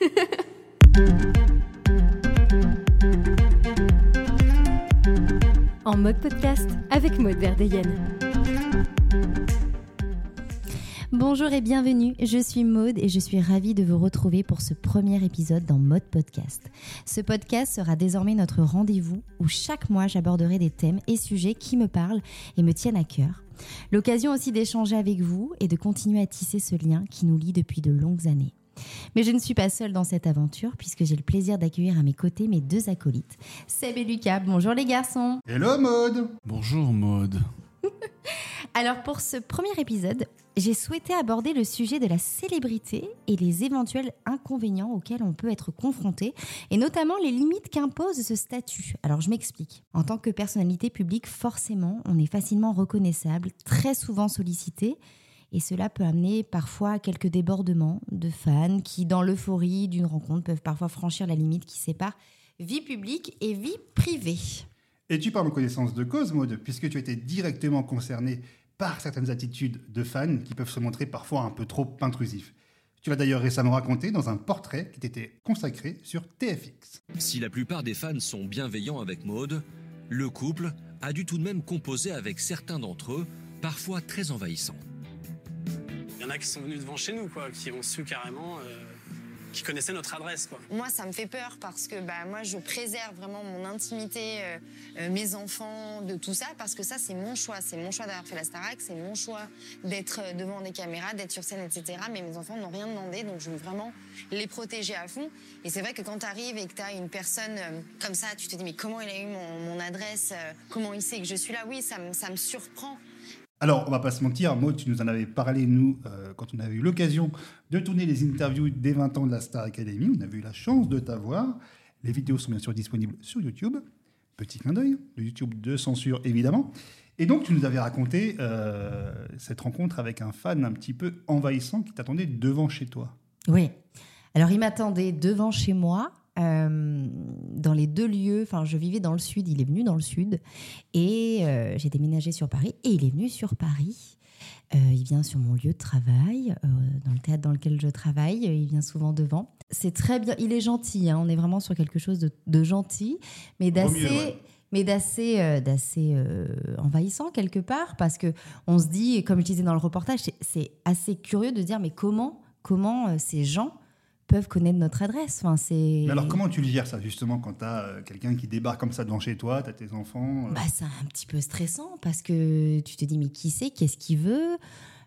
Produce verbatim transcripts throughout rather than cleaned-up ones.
En mode podcast avec Maud Verdeyen. Bonjour et bienvenue, je suis Maud et je suis ravie de vous retrouver pour ce premier épisode dans Mode Podcast. Ce podcast sera désormais notre rendez-vous où chaque mois j'aborderai des thèmes et sujets qui me parlent et me tiennent à cœur. L'occasion aussi d'échanger avec vous et de continuer à tisser ce lien qui nous lie depuis de longues années. Mais je ne suis pas seule dans cette aventure puisque j'ai le plaisir d'accueillir à mes côtés mes deux acolytes, Seb et Lucas. Bonjour les garçons. Hello Maud. Bonjour Maud. Alors pour ce premier épisode, j'ai souhaité aborder le sujet de la célébrité et les éventuels inconvénients auxquels on peut être confronté, et notamment les limites qu'impose ce statut. Alors je m'explique. En tant que personnalité publique, forcément, on est facilement reconnaissable, très souvent sollicité, et cela peut amener parfois à quelques débordements de fans qui, dans l'euphorie d'une rencontre, peuvent parfois franchir la limite qui sépare vie publique et vie privée. Et tu parles en connaissance de cause, Maud, puisque tu as été directement concerné par certaines attitudes de fans qui peuvent se montrer parfois un peu trop intrusifs. Tu l'as d'ailleurs récemment raconté dans un portrait qui t'était consacré sur T F X. Si la plupart des fans sont bienveillants avec Maud, le couple a dû tout de même composer avec certains d'entre eux, parfois très envahissants. Il y en a qui sont venus devant chez nous, quoi, qui ont su carrément... Euh... qui connaissaient notre adresse, quoi. Moi, ça me fait peur parce que bah, moi, je préserve vraiment mon intimité, euh, euh, mes enfants, de tout ça, parce que ça, c'est mon choix. C'est mon choix d'avoir fait la Starac, c'est mon choix d'être devant des caméras, d'être sur scène, et cetera. Mais mes enfants n'ont rien demandé, donc je veux vraiment les protéger à fond. Et c'est vrai que quand tu arrives et que tu as une personne euh, comme ça, tu te dis, mais comment il a eu mon, mon adresse euh, comment il sait que je suis là? Oui, ça me, ça me surprend. Alors, on va pas se mentir, Maud, tu nous en avais parlé, nous, euh, quand on avait eu l'occasion de tourner les interviews des vingt ans de la Star Academy. On avait eu la chance de t'avoir. Les vidéos sont bien sûr disponibles sur YouTube. Petit clin d'œil, le YouTube de censure, évidemment. Et donc, tu nous avais raconté euh, cette rencontre avec un fan un petit peu envahissant qui t'attendait devant chez toi. Oui. Alors, il m'attendait devant chez moi. Euh, dans les deux lieux, enfin je vivais dans le sud, il est venu dans le sud et euh, j'ai déménagé sur Paris et il est venu sur Paris. Euh, il vient sur mon lieu de travail, euh, dans le théâtre dans lequel je travaille, il vient souvent devant. C'est très bien, il est gentil, hein, on est vraiment sur quelque chose de, de gentil, mais d'assez... Mieux, ouais. mais d'assez, euh, d'assez euh, envahissant quelque part, parce qu'on se dit, comme je disais dans le reportage, c'est, c'est assez curieux de se dire mais comment, comment euh, ces gens peuvent connaître notre adresse. Enfin, c'est... Mais alors, comment tu le gères, ça, justement, quand tu as euh, quelqu'un qui débarque comme ça devant chez toi, tu as tes enfants euh... bah, c'est un petit peu stressant, parce que tu te dis, mais qui c'est? Qu'est-ce qu'il veut?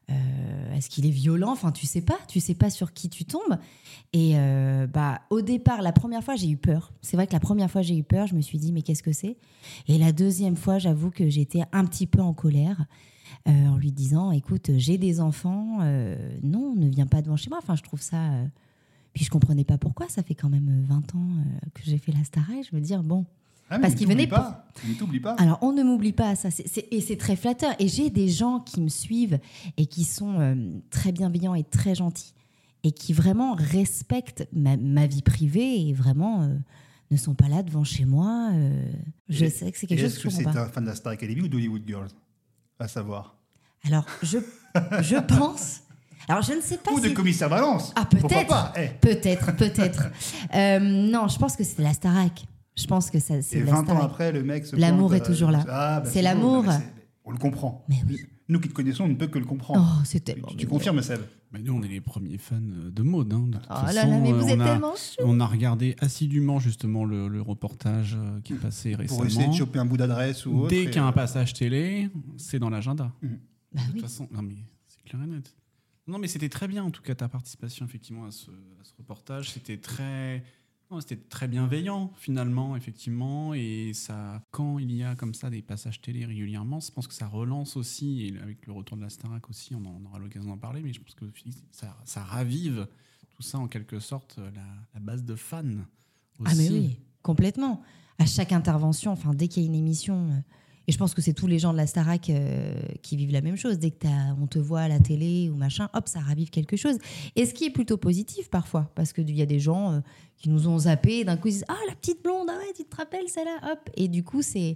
euh, Est-ce qu'il est violent? Enfin, tu sais pas. Tu sais pas sur qui tu tombes. Et euh, bah, au départ, la première fois, j'ai eu peur. C'est vrai que la première fois, j'ai eu peur. Je me suis dit, mais qu'est-ce que c'est? Et la deuxième fois, j'avoue que j'étais un petit peu en colère. Euh, en lui disant, écoute, j'ai des enfants. Euh, non, ne viens pas devant chez moi. Enfin, je trouve ça... Euh, Puis je comprenais pas pourquoi, ça fait quand même vingt ans que j'ai fait la Starac. Je veux dire, bon... Ah, parce qu'il venait pas. Pour... On ne t'oublie pas. Alors, on ne m'oublie pas, ça, c'est, c'est... et c'est très flatteur. Et j'ai des gens qui me suivent et qui sont euh, très bienveillants et très gentils et qui vraiment respectent ma, ma vie privée et vraiment euh, ne sont pas là devant chez moi. Euh, je et, sais que c'est quelque chose que je comprends pas. Est-ce que c'est un fan de la Star Academy ou d'Hollywood Girls? À savoir. Alors, je, je pense... Alors, je ne sais pas Ou si... de Commissaire Valence. Ah, peut-être. Pas hey. Peut-être, peut-être. euh, non, je pense que c'est la Starac. Je pense que ça, c'est Et la vingt Starac. ans après, le mec se L'amour plante, est toujours là. Ah, bah, c'est, c'est l'amour. Beau, c'est... On le comprend. Mais oui. Nous qui te connaissons, on ne peut que le comprendre. Oh, c'est tellement... Tu, tu confirmes, Seb? Mais nous, on est les premiers fans de Maud. Hein, de toute oh façon, là là, mais vous êtes a, tellement chou. On a regardé assidûment justement le, le reportage qui est passé récemment. Pour essayer de choper un bout d'adresse ou autre. Dès qu'il y a un et... passage télé, c'est dans l'agenda. Mmh. Bah, de toute oui. façon, non mais c'est clair et net. Non mais c'était très bien en tout cas ta participation effectivement à ce, à ce reportage. C'était très... Non, c'était très bienveillant finalement, effectivement, et ça, quand il y a comme ça des passages télé régulièrement, je pense que ça relance aussi, et avec le retour de la Starac aussi, on, en, on aura l'occasion d'en parler, mais je pense que ça, ça ravive tout ça en quelque sorte, la, la base de fans aussi. Ah mais oui, complètement. À chaque intervention, enfin dès qu'il y a une émission, euh, et je pense que c'est tous les gens de la Starac euh, qui vivent la même chose, dès que on te voit à la télé ou machin, hop, ça ravive quelque chose. Et ce qui est plutôt positif parfois, parce qu'il y a des gens euh, qui nous ont zappé, d'un coup ils disent « Ah, la petite blonde, ah ouais, tu te rappelles celle-là ?» Hop. Et du coup, c'est,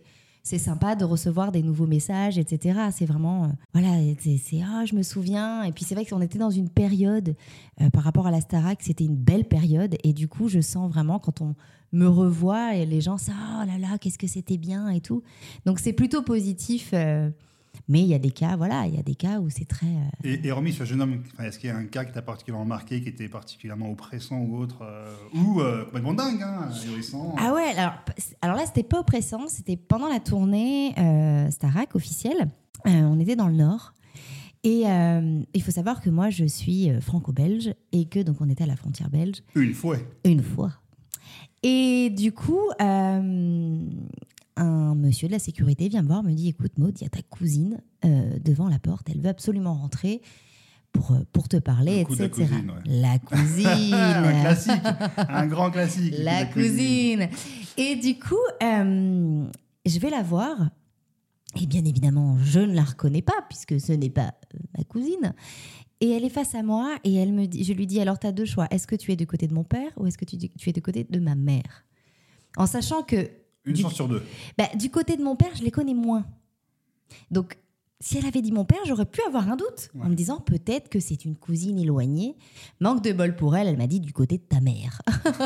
c'est sympa de recevoir des nouveaux messages, et cetera. C'est vraiment, euh, voilà, c'est, c'est ah, je me souviens. Et puis c'est vrai qu'on était dans une période, euh, par rapport à la Starac, c'était une belle période. Et du coup, je sens vraiment quand on me revoit et les gens, ça, oh là là, qu'est-ce que c'était bien et tout. Donc c'est plutôt positif. Euh, mais il y a des cas, voilà, il y a des cas où c'est très. Euh... Et, et hormis ce jeune homme, est-ce qu'il y a un cas qui t'a particulièrement marqué, qui était particulièrement oppressant ou autre, euh, ou euh, complètement dingue, hein, ahurissant? Ah ouais, alors, alors là, c'était pas oppressant, c'était pendant la tournée euh, Starac officielle. Euh, on était dans le Nord. Et euh, il faut savoir que moi, je suis franco-belge et que donc on était à la frontière belge. Une fois. Une fois. Et du coup, euh, un monsieur de la sécurité vient me voir, me dit « Écoute Maud, il y a ta cousine euh, devant la porte, elle veut absolument rentrer pour, pour te parler, et cetera » Cousine, ouais. La cousine Un classique, un grand classique. La cousine. Et du coup, euh, je vais la voir. Et bien évidemment, je ne la reconnais pas, puisque ce n'est pas euh, ma cousine. Et elle est face à moi, et elle me dit, je lui dis, alors tu as deux choix. Est-ce que tu es du côté de mon père, ou est-ce que tu, tu es du côté de ma mère? En sachant que... Une du, chance sur deux. Bah, du côté de mon père, je les connais moins. Donc, si elle avait dit mon père, j'aurais pu avoir un doute, ouais. En me disant peut-être que c'est une cousine éloignée. Manque de bol pour elle, elle m'a dit du côté de ta mère.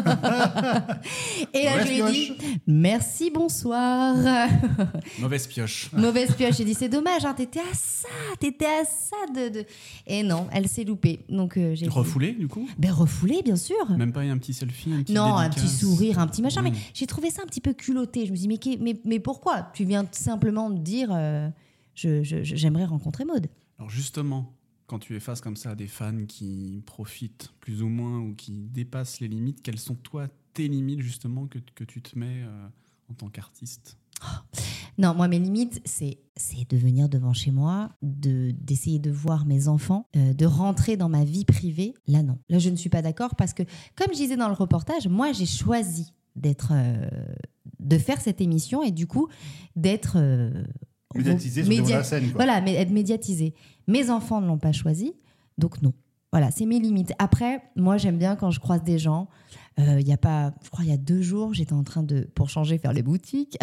Et là, je lui ai dit merci, bonsoir. Mauvaise pioche. Mauvaise pioche. J'ai dit c'est dommage, hein, t'étais à ça, t'étais à ça de. de... Et non, elle s'est loupée. Donc euh, j'ai refoulé du coup. Ben refoulé, bien sûr. Même pas un petit selfie, un petit non, dédicace. Un petit sourire, un petit machin. Mmh. Mais j'ai trouvé ça un petit peu culotté. Je me suis dit mais mais mais pourquoi? Tu viens simplement de dire. Euh, Je, je, j'aimerais rencontrer Maud. Alors justement, quand tu es face comme ça à des fans qui profitent plus ou moins ou qui dépassent les limites, quelles sont toi tes limites justement que, que tu te mets euh, en tant qu'artiste? Oh. Non, moi mes limites, c'est, c'est de venir devant chez moi, de, d'essayer de voir mes enfants, euh, de rentrer dans ma vie privée. Là non, là je ne suis pas d'accord parce que comme je disais dans le reportage, moi j'ai choisi d'être, euh, de faire cette émission et du coup d'être... Euh, Médiatisé sur Média- la scène. Quoi. Voilà, mais être médiatisé. Mes enfants ne l'ont pas choisi, donc non. Voilà, c'est mes limites. Après, moi, j'aime bien quand je croise des gens. Il euh, y a pas, je crois, il y a deux jours, j'étais en train de, pour changer, faire les boutiques.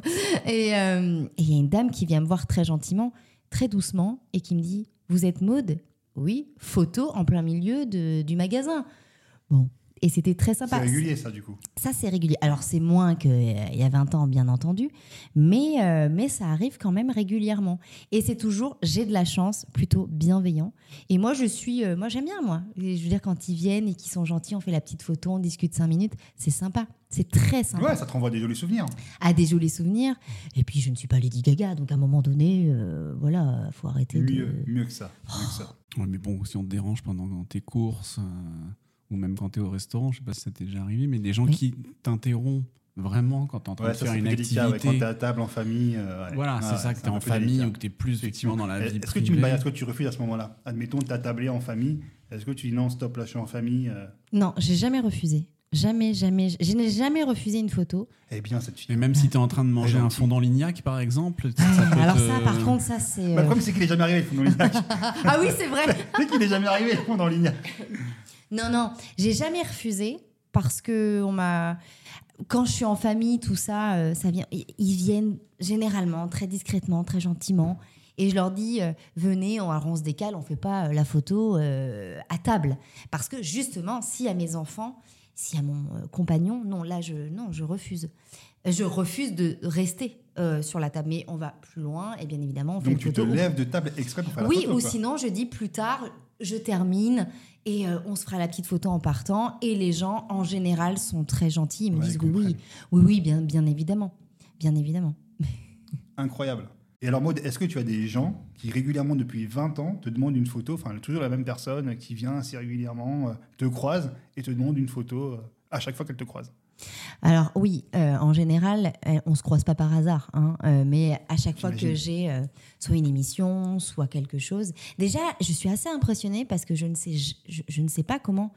Et il euh, y a une dame qui vient me voir très gentiment, très doucement, et qui me dit « Vous êtes Maud ?» Oui, photo en plein milieu de, du magasin. Bon. Et c'était très sympa. C'est régulier, ça, du coup. Ça, c'est régulier. Alors, c'est moins qu'il euh, y a vingt ans, bien entendu, mais, euh, mais ça arrive quand même régulièrement. Et c'est toujours, j'ai de la chance, plutôt bienveillant. Et moi, je suis... Euh, moi, j'aime bien, moi. Et je veux dire, quand ils viennent et qu'ils sont gentils, on fait la petite photo, on discute cinq minutes. C'est sympa. C'est très sympa. Ouais, ça te renvoie des jolis souvenirs. À des jolis souvenirs. Et puis, je ne suis pas Lady Gaga, donc à un moment donné, euh, voilà, il faut arrêter mieux, de... Mieux que ça. Mieux que ça. Ouais, mais bon, si on te dérange pendant tes courses... Euh... ou même quand tu es au restaurant, je ne sais pas si ça t'est déjà arrivé, mais des gens oui. qui t'interrompent vraiment quand tu es en train ouais, de ça, faire une délicat, activité. Ouais, quand tu es à table en famille. Euh, ouais. Voilà, ah, c'est ça, que tu es en famille délicat. Ou que tu es plus effectivement dans la vie est-ce privée. Que tu, bah, est-ce que tu refuses à ce moment-là? Admettons que tu as tablé en famille. Est-ce que tu dis non, stop, là je suis en famille euh... Non, j'ai jamais refusé. Jamais, jamais. Je n'ai jamais refusé une photo. Eh bien, cette fille. Mais même si tu es en train de manger un fondant Lignac, par exemple. Ah, ça peut alors, te... ça, par contre, ça, c'est. Euh... Bah, le problème, c'est qu'il n'est jamais arrivé, le fondant Lignac. Ah oui, c'est vrai. C'est qu'il n'est jamais arrivé, le fondant Lignac. Non, non, j'ai jamais refusé parce que on m'a. Quand je suis en famille, tout ça, euh, ça vient. Ils viennent généralement très discrètement, très gentiment. Et je leur dis, euh, venez, on, alors on se décale, on fait pas euh, la photo euh, à table. Parce que justement, si à mes enfants, si à mon euh, compagnon, non, là, je, non, je refuse. Je refuse de rester euh, sur la table. Mais on va plus loin et bien évidemment, on fait Donc une photo. Donc tu te lèves de table exprès pour faire oui, la photo? Oui, ou quoi. sinon, je dis plus tard, je termine et euh, on se fera la petite photo en partant. Et les gens, en général, sont très gentils. Ils me ouais, disent ils oui, oui, oui, oui, bien, bien évidemment. Bien évidemment. Incroyable. Et alors, Maud, est-ce que tu as des gens qui régulièrement, depuis vingt ans, te demandent une photo, enfin, toujours la même personne qui vient assez régulièrement, euh, te croise et te demande une photo euh, à chaque fois qu'elle te croise? Alors oui, euh, en général, euh, on ne se croise pas par hasard, hein, euh, mais à chaque fois J'imagine. que j'ai euh, soit une émission, soit quelque chose, déjà, je suis assez impressionnée parce que je ne sais, je, je ne sais pas comment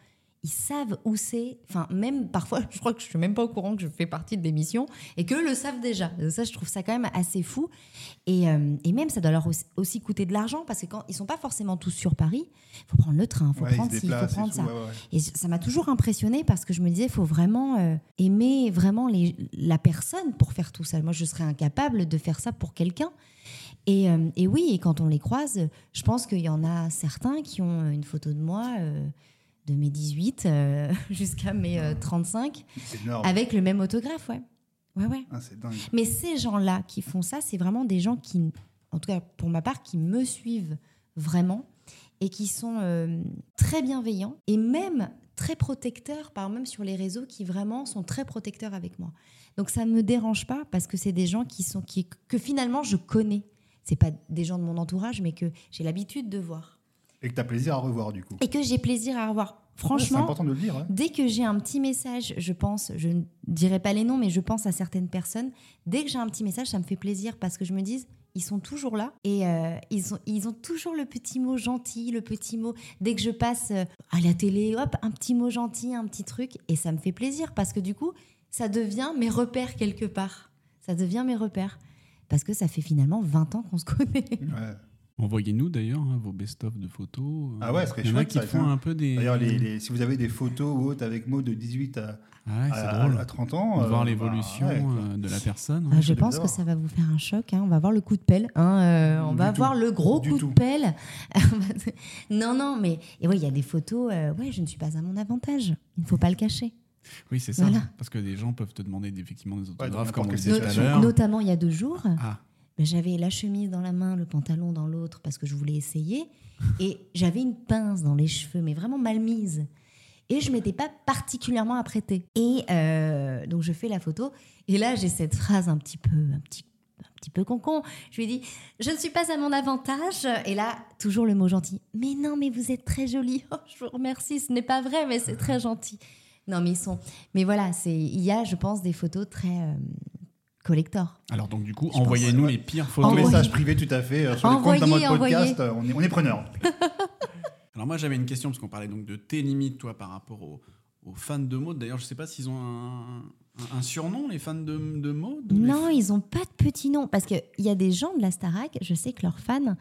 ils savent où c'est. Enfin, même parfois, je crois que je suis même pas au courant que je fais partie de l'émission et qu'eux le savent déjà. Donc ça, je trouve ça quand même assez fou. Et, euh, et même, ça doit leur aussi, aussi coûter de l'argent parce que quand ils sont pas forcément tous sur Paris, il faut prendre le train, il faut Ouais, prendre ils se ci, il faut déplacent et prendre tout, ça. ouais, ouais. Et ça m'a toujours impressionnée parce que je me disais, il faut vraiment euh, aimer vraiment les, la personne pour faire tout ça. Moi, je serais incapable de faire ça pour quelqu'un. Et, euh, et oui, et quand on les croise, je pense qu'il y en a certains qui ont une photo de moi euh, de mes dix-huit euh, jusqu'à mes euh, trente-cinq C'est énorme. avec le même autographe, ouais. Ouais, ouais. Ah, c'est dingue. Mais ces gens-là qui font ça, c'est vraiment des gens qui, en tout cas pour ma part, qui me suivent vraiment et qui sont euh, très bienveillants et même très protecteurs, par même sur les réseaux, qui vraiment sont très protecteurs avec moi. Donc ça ne me dérange pas parce que c'est des gens qui sont, qui, que finalement je connais. C'est pas des gens de mon entourage, mais que j'ai l'habitude de voir. Et que tu as plaisir à revoir, du coup. Et que j'ai plaisir à revoir. Ouais, c'est Franchement, important de le dire. Hein. dès que j'ai un petit message, je pense, je ne dirai pas les noms, mais je pense à certaines personnes, dès que j'ai un petit message, ça me fait plaisir parce que je me dis, ils sont toujours là et euh, ils, ont, ils ont toujours le petit mot gentil, le petit mot. Dès que je passe euh, à la télé, hop, un petit mot gentil, un petit truc, et ça me fait plaisir parce que du coup, ça devient mes repères quelque part. Ça devient mes repères parce que ça fait finalement vingt ans qu'on se connaît. Ouais. Envoyez-nous d'ailleurs hein, vos best-of de photos. Ah ouais, ce serait Il y en a chouette, qui ça, font tiens. un peu des. D'ailleurs, les, les, si vous avez des photos ou autres avec Maud de dix-huit à, Ah ouais, c'est à, drôle. à trente ans. De voir euh, l'évolution bah, ouais, quoi. euh, de la personne. Ah, hein. je pense d'abord. que ça va vous faire un choc. Hein. On va voir le coup de pelle. Hein. Euh, on Du va tout. voir le gros Du coup tout. de pelle. non, non, mais et ouais, il y a des photos. Euh, ouais, je ne suis pas à mon avantage. Il ne faut pas le cacher. Oui, c'est ça. Voilà. Parce que des gens peuvent te demander effectivement des dans autographes, n'importe comme on quelle disait tout à situation. l'heure. Notamment il y a deux jours, Ah, ben, j'avais la chemise dans la main, le pantalon dans l'autre parce que je voulais essayer, et j'avais une pince dans les cheveux, mais vraiment mal mise. Et je m'étais pas particulièrement apprêtée. Et euh, donc je fais la photo, et là j'ai cette phrase un petit peu, un petit, un petit peu concon. Je lui ai dit, je ne suis pas à mon avantage. Et là, toujours le mot gentil. Mais non, mais vous êtes très jolie. Oh, je vous remercie. Ce n'est pas vrai, mais c'est très gentil. Non, mais ils sont. Mais voilà, c'est. Il y a, je pense, des photos très euh, collector. alors donc du coup, Je envoyez-nous pense, ouais. les pires En photos. Envoyez. message privé, tout à fait. euh, Sur les comptes Envoyez, d'un mode envoyez. podcast, euh, on est, on est preneur. Alors moi, j'avais une question, parce qu'on parlait donc de tes limites, toi, par rapport aux, aux fans de Maud. D'ailleurs, je ne sais pas s'ils ont un, un, un surnom, les fans de, de Maud. Non, les... ils n'ont pas de petit nom. Parce qu'il y a des gens de la Starac, je sais que leurs fans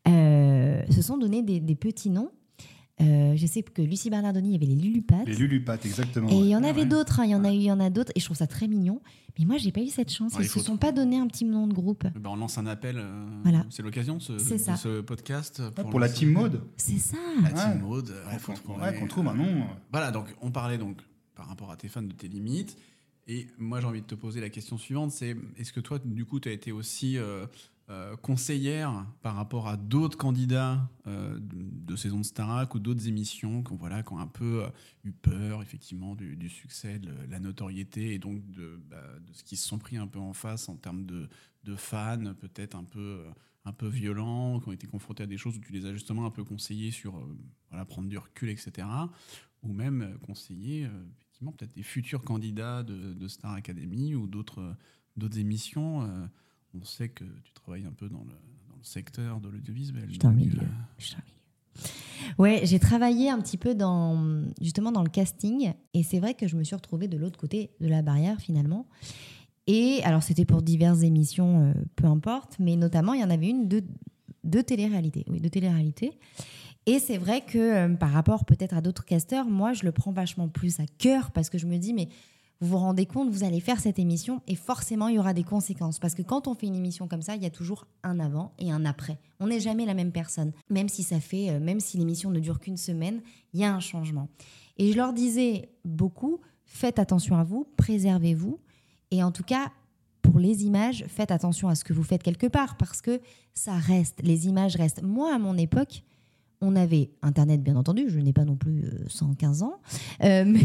euh, se sont donné des, des petits noms. Euh, je sais que Lucie Bernardoni, il y avait les Lulupattes. Les Lulupattes, exactement. Et il y en ouais. avait ouais. d'autres, hein, il y en a eu, il y en a d'autres, et je trouve ça très mignon. Mais moi, j'ai pas eu cette chance. Ouais, Ils il faut se sont trouver. pas donné un petit nom de groupe. Ben, on lance un appel. euh, Voilà. C'est l'occasion de ce, C'est de ça. ce podcast. Pour, Pour, la lancer- team mode. C'est ça. La Ouais. team Maud. Ouais, faut Qu'on trouver, ouais, qu'on trouve euh, un nom. Voilà, donc on parlait donc par rapport à tes fans de tes limites. Et moi, j'ai envie de te poser la question suivante, c'est est-ce que toi, du coup, tu as été aussi euh, euh, conseillère par rapport à d'autres candidats euh, de, de saison de Starac ou d'autres émissions qui ont, voilà, qui ont un peu euh, eu peur, effectivement, du, du succès, de la notoriété et donc de, bah, de ce qu'ils se sont pris un peu en face en termes de, de fans, peut-être un peu... euh, un peu violents, qui ont été confrontés à des choses où tu les as justement un peu conseillés sur euh, voilà, prendre du recul, et cetera. Ou même euh, conseiller euh, effectivement peut-être des futurs candidats de, de Star Academy ou d'autres, euh, d'autres émissions. Euh, on sait que tu travailles un peu dans le, dans le secteur de l'audiovisuel. Je suis en donc, milieu. euh, Je suis en milieu. Ouais, j'ai travaillé un petit peu dans, justement dans le casting, et c'est vrai que je me suis retrouvée de l'autre côté de la barrière finalement. Et alors c'était pour diverses émissions, euh, peu importe, mais notamment il y en avait une de, de télé-réalité. Oui, de télé-réalité. Et c'est vrai que euh, par rapport peut-être à d'autres casteurs, moi je le prends vachement plus à cœur parce que je me dis, mais vous vous rendez compte, vous allez faire cette émission et forcément il y aura des conséquences. Parce que quand on fait une émission comme ça, il y a toujours un avant et un après. On n'est jamais la même personne. Même si ça fait, euh, même si l'émission ne dure qu'une semaine, il y a un changement. Et je leur disais beaucoup, faites attention à vous, préservez-vous. Et en tout cas, pour les images, faites attention à ce que vous faites quelque part parce que ça reste, les images restent. Moi, à mon époque, on avait Internet, bien entendu, je n'ai pas non plus euh, cent quinze ans, euh, mais,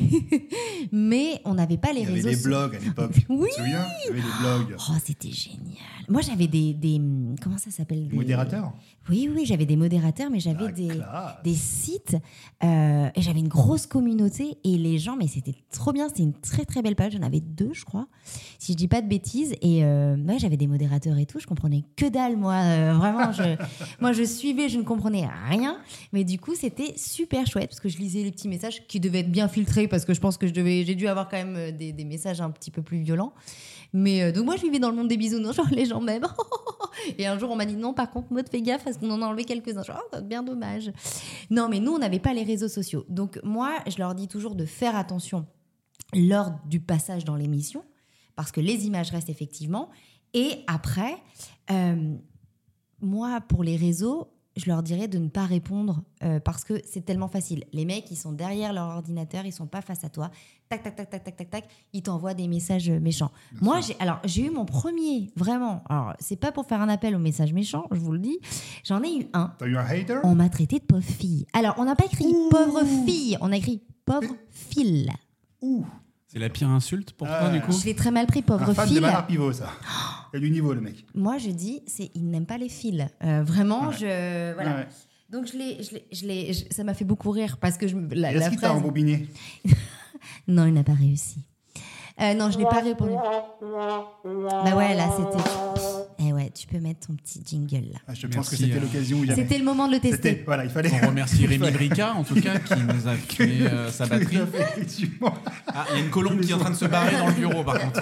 mais on n'avait pas les Il y avait réseaux des so- blogs à l'époque. Oui. Tu te souviens Il y avait des blogs. Oh, c'était génial. Moi, j'avais des, des... Comment ça s'appelle des... Modérateurs. Oui, oui, j'avais des modérateurs, mais j'avais Ah, des... classe. des sites euh, et j'avais une grosse communauté et les gens, mais c'était trop bien, c'était une très très belle page, j'en avais deux je crois, si je dis pas de bêtises, et euh, ouais, j'avais des modérateurs et tout, je comprenais que dalle moi, euh, vraiment, je, moi je suivais, je ne comprenais rien, Mais du coup, c'était super chouette parce que je lisais les petits messages qui devaient être bien filtrés parce que je pense que je devais, j'ai dû avoir quand même des, des messages un petit peu plus violents. Mais euh, donc moi, je vivais dans le monde des bisounours, genre les gens m'aiment. Et un jour, on m'a dit non, par contre, Maud, fais gaffe parce qu'on en a enlevé quelques-uns. Genre, oh, c'est bien dommage. Non, mais nous, on n'avait pas les réseaux sociaux. Donc moi, je leur dis toujours de faire attention lors du passage dans l'émission parce que les images restent effectivement. Et après, euh, moi, pour les réseaux, je leur dirais de ne pas répondre euh, parce que c'est tellement facile. Les mecs, ils sont derrière leur ordinateur, ils sont pas face à toi. Tac, tac, tac, tac, tac, tac, tac. Ils t'envoient des messages méchants. Bien Moi, j'ai, alors, j'ai eu mon premier, vraiment. Alors, c'est pas pour faire un appel aux messages méchants, je vous le dis. J'en ai eu un. T'as eu un hater ? On m'a traité de pauvre fille. Alors, on n'a pas écrit Ouh. pauvre fille, on a écrit pauvre file. Ouh. C'est la pire insulte pour Ah. toi, du coup? Je l'ai très mal pris, pauvre Un fan de file. Bernard Pivot, ça. Il y a du niveau, le mec. Moi, je dis, c'est, il n'aime pas les fils. Euh, vraiment, Ouais. je. Voilà. Ouais. Donc, je l'ai, je l'ai, je l'ai, je- ça m'a fait beaucoup rire parce que je, la, Est-ce la qu'il t'a phrase. embobiné ? Non, il n'a pas réussi. Euh, non, je n'ai pas répondu. Bah ouais, là, c'était. Eh ouais, tu peux mettre ton petit jingle là. Ah, Je pense Merci, que c'était euh, l'occasion où il y avait... C'était le moment de le C'était, tester. voilà, il fallait... On remercie Rémi Brica, en tout cas, qui nous a filé euh, sa batterie. Effectivement. Ah, il y a une colombe qui est en train de se barrer dans le bureau, par contre.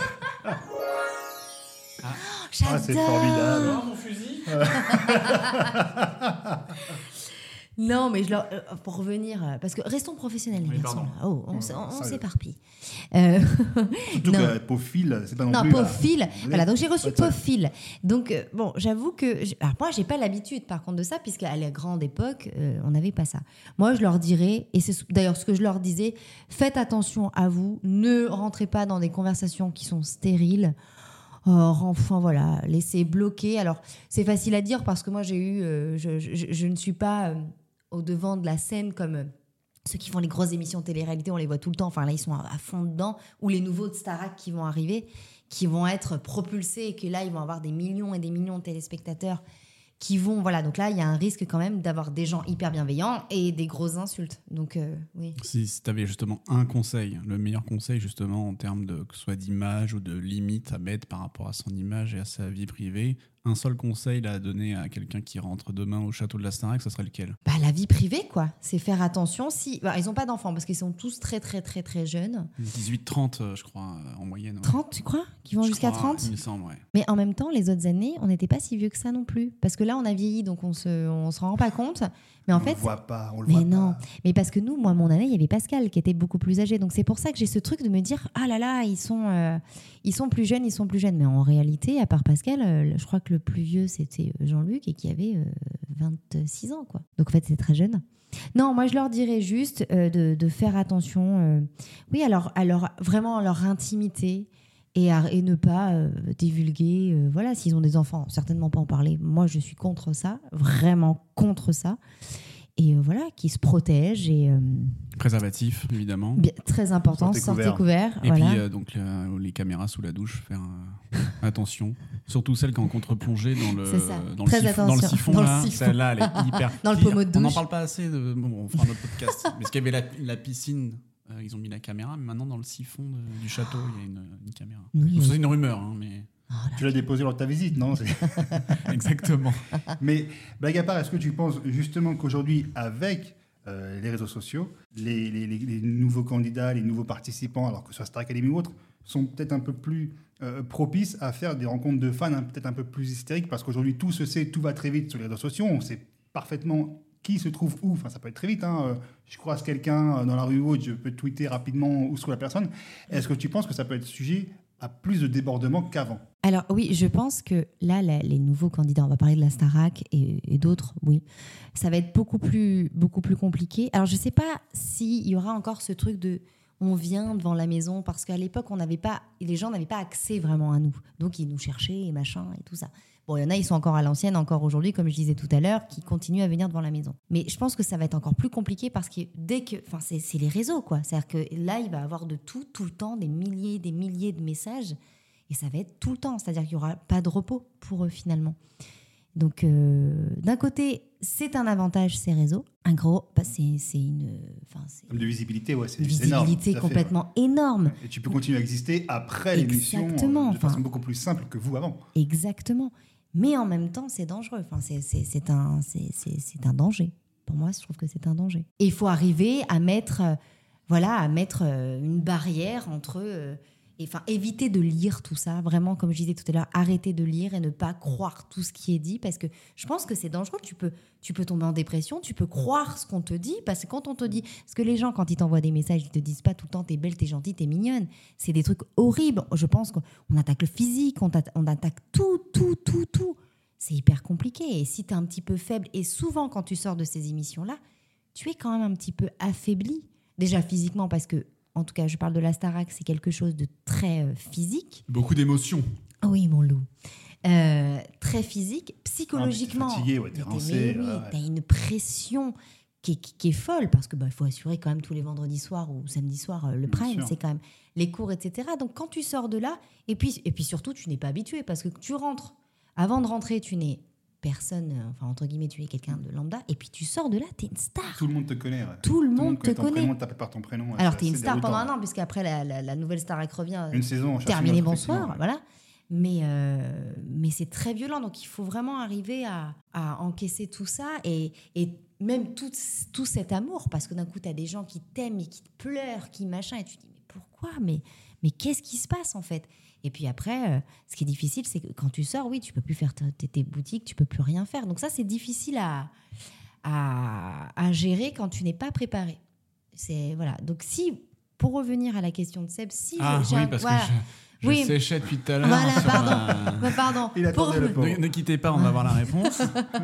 Ah, J'adore. c'est formidable. mon fusil. Non, mais je leur, euh, pour revenir, euh, parce que restons professionnels, les Oui, garçons. pardon. là. Oh, on, Oh, s- on sérieux. s'éparpille. Euh, Surtout non. que pauvre fil, c'est pas non, Non, plus... pauvre là. fil. Voilà, donc j'ai reçu Ouais, pauvre ça. fil. Donc, euh, bon, j'avoue que. j'ai- Alors, moi, j'ai pas l'habitude, par contre, de ça, puisqu'à la grande époque, euh, on n'avait pas ça. Moi, je leur dirais, et c'est ce- d'ailleurs ce que je leur disais, faites attention à vous, ne rentrez pas dans des conversations qui sont stériles. Or, enfin, voilà, laissez bloquer. Alors, c'est facile à dire parce que moi, j'ai eu. euh, je, je- je ne suis pas euh, au devant de la scène comme. euh, Ceux qui font les grosses émissions télé-réalité, on les voit tout le temps. Enfin, là, ils sont à, à fond dedans. Ou les nouveaux de Starac qui vont arriver, qui vont être propulsés et que là, ils vont avoir des millions et des millions de téléspectateurs qui vont... Voilà, donc là, il y a un risque quand même d'avoir des gens hyper bienveillants et des grosses insultes. Donc, euh, oui. Si, si tu avais justement un conseil, le meilleur conseil justement en termes de que ce soit d'image ou de limite à mettre par rapport à son image et à sa vie privée, un seul conseil là, à donner à quelqu'un qui rentre demain au château de la Starac, ça serait lequel? Bah, la vie privée, quoi. C'est faire attention. Si... bah, ils n'ont pas d'enfants parce qu'ils sont tous très, très, très, très jeunes. dix-huit trente, euh, je crois, euh, en moyenne. Ouais. trente, tu crois? Qui vont Je jusqu'à crois, trente? Il me semble, ouais. Mais en même temps, les autres années, on n'était pas si vieux que ça non plus. Parce que là, on a vieilli, donc on se, on se rend pas compte. Mais en on fait, le voit pas, on le mais voit non. pas. Mais parce que nous, moi, mon année, il y avait Pascal qui était beaucoup plus âgé. Donc c'est pour ça que j'ai ce truc de me dire, ah là là, ils sont, euh, ils sont plus jeunes, ils sont plus jeunes. Mais en réalité, à part Pascal, euh, je crois que le plus vieux, c'était Jean-Luc et qui avait euh, vingt-six ans, quoi. Donc en fait, c'est très jeune. Non, moi, je leur dirais juste euh, de, de faire attention, euh, oui, alors, alors vraiment à leur intimité. Et, à, et ne pas euh, divulguer, euh, voilà, s'ils ont des enfants, certainement pas en parler. Moi, je suis contre ça, vraiment contre ça. Et euh, voilà, qui se protègent et euh, Préservatif, évidemment. bien, très important, Sortez sortez couvert. couvert. Et voilà. puis euh, donc euh, les caméras sous la douche, faire euh, attention. Surtout celles qui ont contre-plongée dans le C'est ça. dans Très le, siphon, dans le attention. siphon. Dans le là, siphon. Celle-là, elle est hyper. Dans le Puis, pommeau de On n'en douche. parle pas assez. De... Bon, on fera notre podcast. Mais parce qu'il y avait la, la piscine, euh, ils ont mis la caméra, mais maintenant dans le siphon de- du château, il y a une, une caméra. Oui, Donc, oui. c'est une rumeur, hein, mais Oh là. Tu l'as déposé lors de ta visite, non? C'est- exactement. Mais blague à part, est-ce que tu penses justement qu'aujourd'hui, avec euh, les réseaux sociaux, les, les- les- les nouveaux candidats, les nouveaux participants, alors que ce soit Star Academy ou autre, sont peut-être un peu plus euh, propices à faire des rencontres de fans hein, peut-être un peu plus hystériques, parce qu'aujourd'hui, tout se sait, tout va très vite sur les réseaux sociaux, on sait parfaitement qui se trouve où, enfin ça peut être très vite, hein. Euh, je croise quelqu'un euh, dans la rue ou autre, je peux tweeter rapidement où se trouve la personne. Est-ce que tu penses que ça peut être sujet à plus de débordements qu'avant? Alors oui, je pense que là, la- les nouveaux candidats, on va parler de la Starac et, et d'autres, oui, ça va être beaucoup plus, beaucoup plus compliqué. Alors je ne sais pas s'il y aura encore ce truc de on vient devant la maison, parce qu'à l'époque, on n'avait pas, les gens n'avaient pas accès vraiment à nous. Donc ils nous cherchaient et machin et tout ça. Bon, il y en a, ils sont encore à l'ancienne, encore aujourd'hui, comme je disais tout à l'heure, qui continuent à venir devant la maison. Mais je pense que ça va être encore plus compliqué parce que dès que... Enfin, c'est, c'est les réseaux, quoi. C'est-à-dire que là, il va y avoir de tout, tout le temps, des milliers, des milliers de messages. Et ça va être tout le temps. C'est-à-dire qu'il n'y aura pas de repos pour eux, finalement. Donc, euh, d'un côté, c'est un avantage, ces réseaux. Un gros... Bah, c'est, c'est une... Enfin, c'est De visibilité, ouais, c'est une c'est énorme. visibilité tout à fait, complètement énorme. ouais. Et tu peux continuer à exister après l'émission Exactement, euh, de façon enfin. beaucoup plus simple que vous avant. Exactement. Mais en même temps, c'est dangereux. Enfin, c'est, c'est, c'est, un, c'est, c'est, c'est un danger. Pour moi, je trouve que c'est un danger. Et il faut arriver à mettre, euh, voilà, à mettre euh, une barrière entre... Euh, et, enfin, éviter de lire tout ça. Vraiment, comme je disais tout à l'heure, arrêter de lire et ne pas croire tout ce qui est dit. Parce que je pense que c'est dangereux. Tu peux, tu peux tomber en dépression, tu peux croire ce qu'on te dit. Parce que quand on te dit... Parce que les gens, quand ils t'envoient des messages, ils te disent pas tout le temps « t'es belle, t'es gentille, t'es mignonne ». C'est des trucs horribles. Je pense qu'on attaque le physique, on attaque, on attaque tout, tout, tout, tout. C'est hyper compliqué. Et si tu es un petit peu faible, et souvent quand tu sors de ces émissions-là, tu es quand même un petit peu affaibli. Déjà physiquement, parce que, en tout cas, je parle de la Starac, c'est quelque chose de très euh, physique. Beaucoup d'émotions. Oh oui, mon loup. Euh, très physique. Psychologiquement, ah, t'es fatigué, ouais, t'es rincé. Oui, ouais. tu as une pression qui est, qui est folle, parce qu'il bah, faut assurer quand même tous les vendredis soirs ou samedi soir euh, le Bien prime, sûr. c'est quand même les cours, et cetera. Donc quand tu sors de là, et puis, et puis surtout, tu n'es pas habitué, parce que tu rentres. Avant de rentrer, tu n'es personne, euh, enfin entre guillemets, tu es quelqu'un de lambda, et puis tu sors de là, tu es une star. Tout le monde te connaît. Ouais. Tout le monde te connaît ton connaît. prénom, t'appelle par ton prénom. ouais, Alors c'est tu es une assez star pendant déroutant. un an, puisqu'après la, la, la nouvelle Starac revient. Une saison, on cherche terminé, une autre, bonsoir, effectivement, ouais. voilà. Mais, euh, mais c'est très violent, donc il faut vraiment arriver à, à encaisser tout ça et, et même tout, tout cet amour, parce que d'un coup, tu as des gens qui t'aiment et qui te pleurent, qui machin, et tu te dis, mais pourquoi ? Mais, mais qu'est-ce qui se passe en fait ? Et puis après, euh, ce qui est difficile, c'est que quand tu sors, oui, tu peux plus faire tes, tes boutiques, tu peux plus rien faire. Donc ça, c'est difficile à, à, à gérer quand tu n'es pas préparé. C'est, voilà. Donc si, pour revenir à la question de Seb, si Ah j'ai oui, un- parce voilà. que je, je Oui. séchais depuis tout à l'heure. Voilà, sur pardon. la- Bah, pardon. Il attendait Pour- le pauvre. Ne, ne quittez pas, on va avoir la réponse.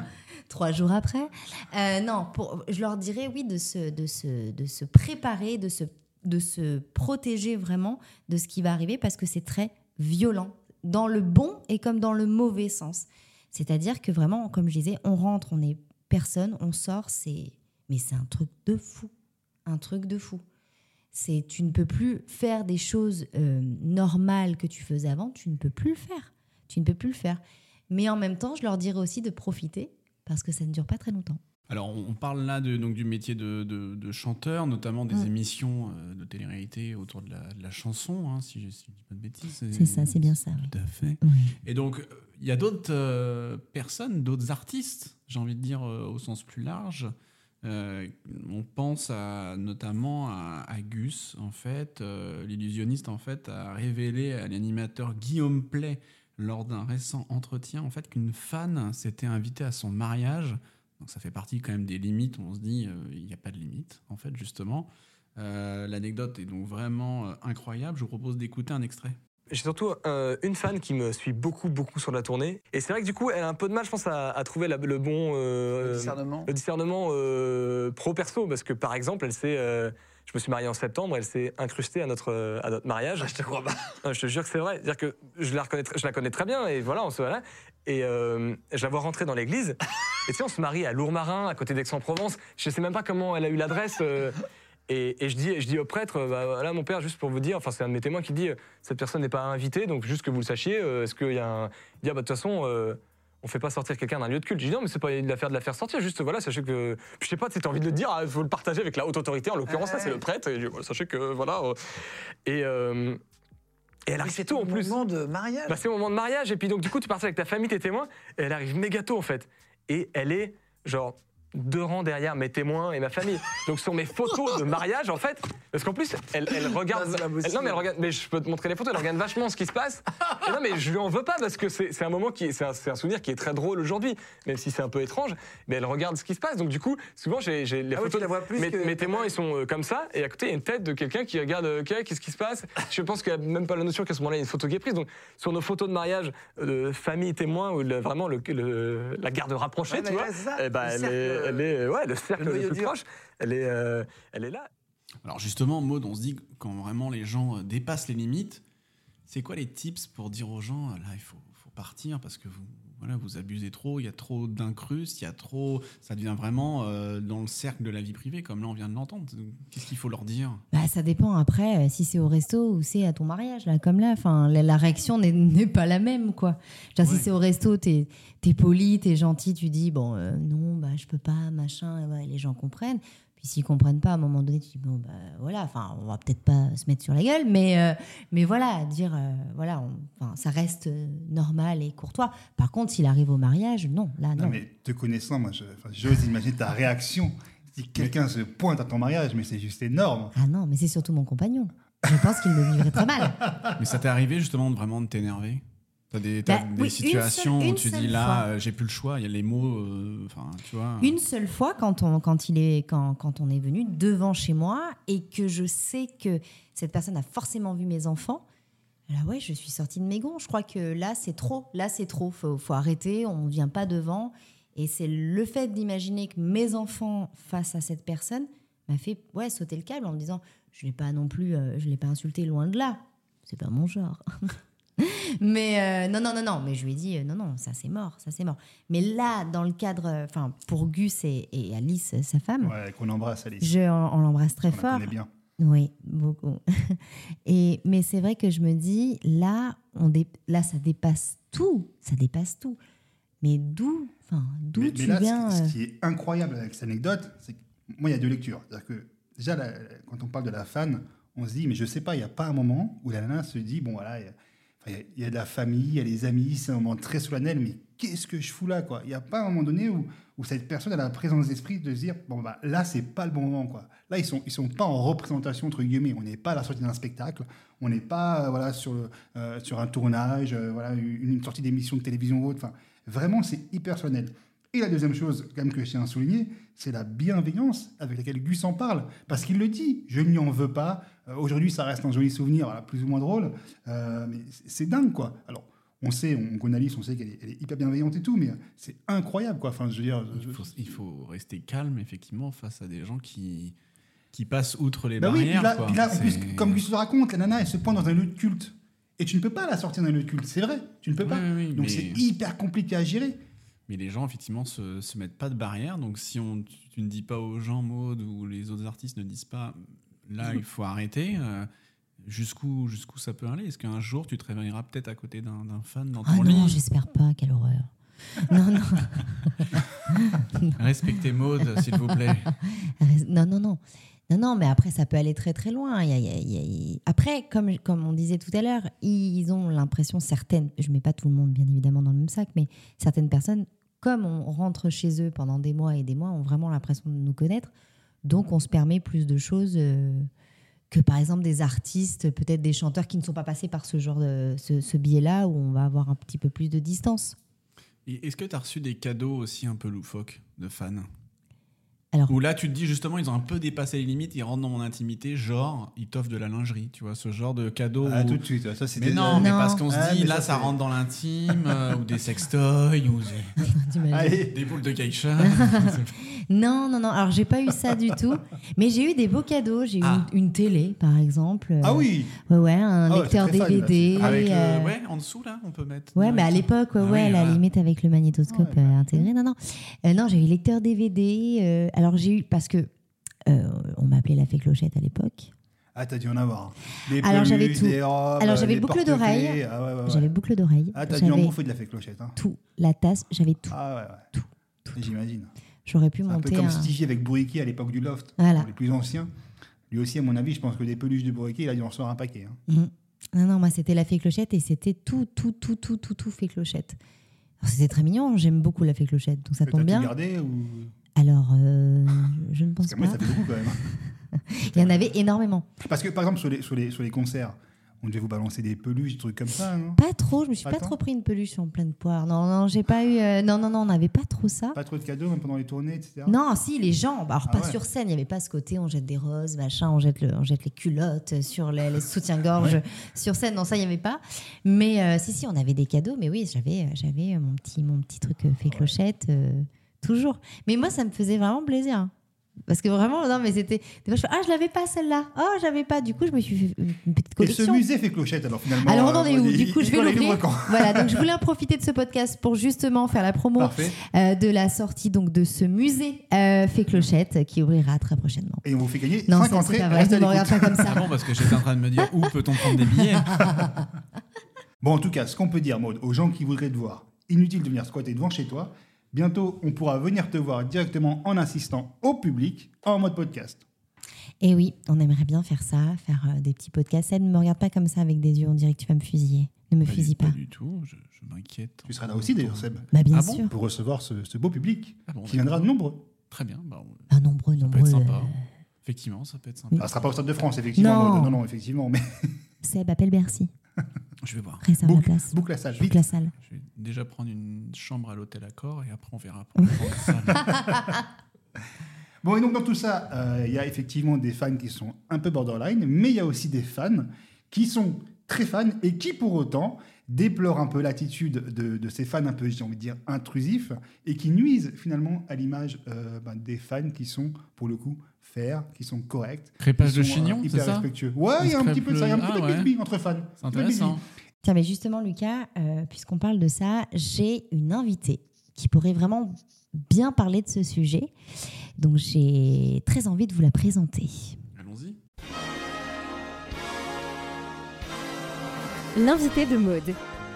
Trois jours après. Euh, non, pour, je leur dirais oui de se, de se, de se préparer, de se, de se protéger vraiment de ce qui va arriver, parce que c'est très violent, dans le bon et comme dans le mauvais sens. C'est-à-dire que vraiment, comme je disais, on rentre, on est personne, on sort, c'est... mais c'est un truc de fou. Un truc de fou. C'est, tu ne peux plus faire des choses euh, normales que tu faisais avant, tu ne peux plus le faire. Tu ne peux plus le faire. Mais en même temps, je leur dirais aussi de profiter, parce que ça ne dure pas très longtemps. Alors, on parle là de, donc, du métier de, de, de chanteur, notamment des Mm. émissions euh, de télé-réalité autour de la, de la chanson, hein, si je ne dis pas de bêtises. C'est ça, c'est bien ça, oui. Tout à fait. Oui. Et donc, il y a d'autres euh, personnes, d'autres artistes, j'ai envie de dire euh, au sens plus large. Euh, on pense à, notamment à, à Gus, en fait. Euh, l'illusionniste, en fait, a révélé à l'animateur Guillaume Play, lors d'un récent entretien, en fait, qu'une fan s'était invitée à son mariage. Donc ça fait partie quand même des limites où on se dit euh, il n'y a pas de limite, en fait, justement. Euh, l'anecdote est donc vraiment euh, incroyable. Je vous propose d'écouter un extrait. J'ai surtout euh, une fan qui me suit beaucoup, beaucoup sur la tournée. Et c'est vrai que du coup, elle a un peu de mal, je pense, à, à trouver la- le bon euh, Le discernement. le discernement euh, pro-perso. Parce que, par exemple, elle s'est... euh, je me suis marié en septembre, elle s'est incrustée à notre, euh, à notre mariage. Ah, je te crois pas. Non, je te jure que c'est vrai. C'est-à-dire que je la, reconnais, tr- je la connais très bien, et voilà, on se voilà. Et euh, je la vois rentrer dans l'église. Et tu sais, on se marie à Lourmarin, à côté d'Aix-en-Provence. Je sais même pas comment elle a eu l'adresse. euh, et, et je dis, je dis au prêtre, euh, bah, voilà, mon père, juste pour vous dire, enfin, c'est un de mes témoins qui dit, euh, cette personne n'est pas invitée, donc juste que vous le sachiez. euh, Est-ce qu'il y a un. Il dit, ah, bah, de toute façon. euh, on fait pas sortir quelqu'un d'un lieu de culte. Je dis non, mais c'est pas l'affaire de la faire sortir. Juste voilà, sachez que je sais pas, tu as envie de le dire, il faut le partager avec la haute autorité. En l'occurrence, Ah là, c'est ouais. le prêtre. Et je dis, voilà, sachez que voilà. euh, et euh, et elle arrive C'est tôt en plus. moment de mariage. Bah, c'est au moment de mariage. Et puis donc du coup, tu partais avec ta famille, tes témoins. Et elle arrive méga tôt en fait. Et elle est genre deux rangs derrière mes témoins et ma famille. Donc sur mes photos de mariage en fait, parce qu'en plus elle, elle regarde, Non, c'est pas elle- possible. non mais elle regarde, mais je peux te montrer les photos, elle regarde vachement ce qui se passe. Et non mais je lui en veux pas parce que c'est c'est un moment qui, c'est un, c'est un souvenir qui est très drôle aujourd'hui, même si c'est un peu étrange. Mais elle regarde ce qui se passe. Donc du coup, souvent j'ai j'ai les Ah oui, photos. tu la vois plus mes, que- mes témoins ils sont euh, comme ça et à côté il y a une tête de quelqu'un qui regarde, euh, ok, qu'est-ce qui se passe. Je pense qu'il n'y a même pas la notion qu'à ce moment-là il y a une photo qui est prise. Donc sur nos photos de mariage, euh, famille témoin ou le- vraiment le, le- la garde rapprochée, Ouais, tu mais vois. ouais, c'est ça, Eh ben, le elle, cercle, est, elle est, ouais, le cercle le le, noyau plus dur. proche, elle est, euh, elle est là. Alors justement, Maud, on se dit que quand vraiment les gens euh, dépassent les limites, c'est quoi les tips pour dire aux gens, euh, là, il faut, faut partir parce que vous, voilà, vous abusez trop, il y a trop d'incrustes, il y a trop... Ça devient vraiment euh, dans le cercle de la vie privée, comme là, on vient de l'entendre. Qu'est-ce qu'il faut leur dire ? Bah, ça dépend après euh, si c'est au resto ou c'est à ton mariage, là, comme là. Enfin, la, la réaction n'est, n'est pas la même, quoi. Genre, Ouais. Si c'est au resto, t'es, t'es poli, t'es gentil, tu dis, bon, euh, non, bah, je peux pas, machin, et ouais, les gens comprennent. Puis s'ils comprennent pas, à un moment donné, tu dis bon bah voilà, enfin on va peut-être pas se mettre sur la gueule, mais euh, mais voilà, dire euh, voilà, on, enfin, ça reste euh, normal et courtois. Par contre, s'il arrive au mariage, non, là non. Non, mais te connaissant, moi, je, enfin, j'ose imaginer ta réaction. Si quelqu'un se pointe à ton mariage, mais c'est juste énorme. Ah non, mais c'est surtout mon compagnon. Je pense qu'il le vivrait très mal. Mais ça t'est arrivé justement de vraiment de t'énerver? T'as des, t'as Bah, des oui, situations une seule- où une tu dis seule là, fois. euh, j'ai plus le choix, il y a les mots, euh, enfin, tu vois. Une seule fois, quand on, quand, il est, quand, quand on est venu devant chez moi et que je sais que cette personne a forcément vu mes enfants, là, ouais, je suis sortie de mes gonds. Je crois que là, c'est trop. Là, c'est trop. Il faut, faut arrêter. On ne vient pas devant. Et c'est le fait d'imaginer que mes enfants face à cette personne m'a fait ouais, sauter le câble en me disant je ne l'ai pas non plus, euh, je l'ai pas insulté, loin de là. C'est pas mon genre. Mais euh, non, non, non, non. Mais je lui ai dit, euh, non, non, ça c'est mort, ça c'est mort. Mais là, dans le cadre, enfin, pour Gus et, et Alice, sa femme, Ouais, qu'on embrasse, Alice. je, on, on l'embrasse très On la fort. connaît bien. Oui, beaucoup. Et mais c'est vrai que je me dis, là, on dé, là, ça dépasse tout, ça dépasse tout. Mais d'où, enfin, d'où Mais, tu mais là, viens ce, euh, ce qui est incroyable avec cette anecdote, c'est que moi, il y a deux lectures. C'est-à-dire que déjà, la- quand on parle de la fan, on se dit, mais je sais pas, il n'y a pas un moment où la nana se dit, bon, voilà, il y a- enfin, il y, a- il y a de la famille, il y a les amis, c'est un moment très solennel, mais qu'est-ce que je fous là, quoi? Il n'y a pas un moment donné où, où cette personne a la présence d'esprit de se dire, bon, bah, là, c'est pas le bon moment, quoi. Là, ils sont, ils sont pas en représentation, entre guillemets. On n'est pas à la sortie d'un spectacle, on n'est pas euh, voilà, sur, le- euh, sur un tournage, euh, voilà, une, une sortie d'émission de télévision ou autre. Enfin, vraiment, c'est hyper solennel. Et la deuxième chose, quand même, que je tiens à souligner, c'est la bienveillance avec laquelle Gus en parle. Parce qu'il le dit, je ne lui en veux pas. Euh, Aujourd'hui, ça reste un joli souvenir, voilà, plus ou moins drôle. Euh, mais c'est- c'est dingue, quoi. Alors, on sait, on connaît Alice, on sait qu'elle est, elle est hyper bienveillante et tout, mais c'est incroyable, quoi. Enfin, je veux dire... je- Il faut, il faut rester calme, effectivement, face à des gens qui, qui passent outre les Bah oui, puis barrières. là, quoi. puis là, en plus, C'est- comme Gus le raconte, la nana, elle se pointe dans un lieu de culte. Et tu ne peux pas la sortir d'un lieu de culte, c'est vrai, tu ne peux pas. Oui, oui, oui, Donc mais- c'est hyper compliqué à gérer. Mais les gens, effectivement, se, se mettent pas de barrière. Donc, si on, tu, tu ne dis pas aux gens, Maud, ou les autres artistes ne disent pas, là, il faut arrêter, euh, jusqu'où, jusqu'où ça peut aller? Est-ce qu'un jour, tu te réveilleras peut-être à côté d'un, d'un fan dans Ah ton non, lit? j'espère pas, quelle horreur. Non, non. Respectez Maud, s'il vous plaît. Non, non, non. Non, non, mais après, ça peut aller très, très loin. Il y a- il y a- il y a- il- Après, comme, comme on disait tout à l'heure, ils ont l'impression, certaines, je ne mets pas tout le monde, bien évidemment, dans le même sac, mais certaines personnes, comme on rentre chez eux pendant des mois et des mois, ont vraiment l'impression de nous connaître. Donc, on se permet plus de choses euh, que, par exemple, des artistes, peut-être des chanteurs qui ne sont pas passés par ce genre de ce, ce biais-là, où on va avoir un petit peu plus de distance. Et est-ce que tu as reçu des cadeaux aussi un peu loufoques de fans? Alors, Où là, tu te dis justement, ils ont un peu dépassé les limites, ils rentrent dans mon intimité, genre, ils t'offrent de la lingerie, tu vois, ce genre de cadeau. Ah, où- tout de suite, ça c'était... Mais non, mais Non. parce qu'on se Ah, dit, mais là, ça, ça c'est- rentre dans l'intime, euh, ou des sextoys, ou des, t'imagines. Allez, des boules de geisha. Non, non, non. Alors, j'ai pas eu ça du tout. Mais j'ai eu des beaux cadeaux. J'ai eu Ah. une, une télé, par exemple. ah oui. Ouais, ouais, un Ah ouais, lecteur c'est très fan, D V D. là, Avec le- euh, ouais, en dessous, là, on peut mettre. Ouais, mais à l'époque, ouais, Ah ouais, oui, à la voilà. limite avec le magnétoscope Ouais, euh, intégré. Non, non. Euh, non, j'ai eu lecteur D V D. euh, alors, j'ai eu. Parce que euh, on m'appelait la fée clochette à l'époque. Ah, t'as dû en avoir. Des Alors, j'avais peluches, tout. des robes, Alors, j'avais des le boucle porte-clés. d'oreille. Ah, ouais, ouais, ouais. J'avais boucle d'oreille. Ah, t'as dû en j'avais bouffer de la fée clochette. Hein. tout. La tasse, j'avais tout. Ah, ouais, ouais. Tout, tout. J'imagine. J'aurais pu C'est un peu monter comme un. Stigy avec Bourriquet à l'époque du Loft. Voilà. Pour les plus anciens. Lui aussi, à mon avis, je pense que des peluches de Bourriquet, il a dû en recevoir un paquet. Hein. Mhm. Non, non, moi, c'était la fée clochette et c'était tout, tout, tout, tout, tout, tout fée clochette. Alors, c'était très mignon. J'aime beaucoup la fée clochette, donc ça Mais tombe t'as bien. tout gardé ou... Alors, euh, je ne pense Parce que moi, pas. ça fait beaucoup quand même. hein. Il y en avait énormément. Parce que, par exemple, sur les, sur les, sur les concerts, on devait vous balancer des peluches, des trucs comme ça, non? Pas trop, je me suis pas Attends. trop pris une peluche en pleine poire. Non, non, j'ai pas eu. euh, non, non, non, on n'avait pas trop ça. Pas trop de cadeaux, même pendant les tournées, et cetera. Non, si, les gens, bah, alors Ah pas ouais. sur scène, il n'y avait pas ce côté, on jette des roses, machin, on jette, le, on jette les culottes sur les, les soutiens-gorge Ouais. sur scène, non, ça, il n'y avait pas. Mais euh, si, si, on avait des cadeaux, mais oui, j'avais, euh, j'avais mon petit, mon petit truc euh, fait clochette, euh, toujours. Mais moi, ça me faisait vraiment plaisir. hein. Parce que vraiment, non, mais c'était. Des fois, je fais, ah, je l'avais pas celle-là. Oh, j'avais pas. Du coup, je me suis fait une petite Et ce collection. musée fait clochette, alors finalement. Alors, on en euh, est où? il- Du coup, il- je il vais doit les l'ouvrir. livrer quand Voilà, donc je voulais en profiter de ce podcast pour justement faire la promo Parfait. euh, de la sortie donc de ce musée euh, fait clochette qui ouvrira très prochainement. Et on vous fait gagner Non, cinq ça, c'est entrées. pas vrai. Restez Ne à me regarde l'écoute. pas comme ça. Ah bon, parce que j'étais en train de me dire où peut-on prendre des billets? Bon, en tout cas, ce qu'on peut dire, Maud, aux gens qui voudraient te voir, inutile de venir squatter devant chez toi, Bientôt, on pourra venir te voir directement en assistant au public en mode podcast. Et oui, on aimerait bien faire ça, faire euh, des petits podcasts. Seb, ne me regarde pas comme ça avec des yeux, on dirait que tu vas me fusiller. Ne me Pas fusille du, pas. pas du tout, je, je m'inquiète. Tu seras là aussi d'ailleurs, Seb, Bah bien Ah bon sûr. pour recevoir ce, ce beau public Ah bon, qui viendra de nombreux. Très bien, bah, on- Ah, nombreux, ça peut nombreux. être sympa. euh, Effectivement, ça peut être sympa. Ça ne sera pas au Stade de France, effectivement. Non. Maud. non, non, effectivement, mais Seb, appelle Bercy. Je vais voir. Réserve la boucle, place. boucle la salle, Boucle vite. la salle. Je vais déjà prendre une chambre à l'hôtel Accor et après on verra. Pour prendre ça. Bon, et donc dans tout ça, euh, il y a effectivement des fans qui sont un peu borderline, mais il y a aussi des fans qui sont très fans et qui, pour autant, déplorent un peu l'attitude de, de ces fans un peu, j'ai envie de dire, intrusifs et qui nuisent finalement à l'image euh, ben, des fans qui sont, pour le coup, fair, qui sont corrects. Crépage qui de sont, chignon, euh, c'est hyper ça? respectueux. Ouais, On il y a un se petit peu de ça, il y a un crêpe petit le- peu de Ah, bisbis entre fans. C'est intéressant. Tiens, mais justement, Lucas, euh, puisqu'on parle de ça, j'ai une invitée qui pourrait vraiment bien parler de ce sujet. Donc, j'ai très envie de vous la présenter. Allons-y. L'invité de Maud.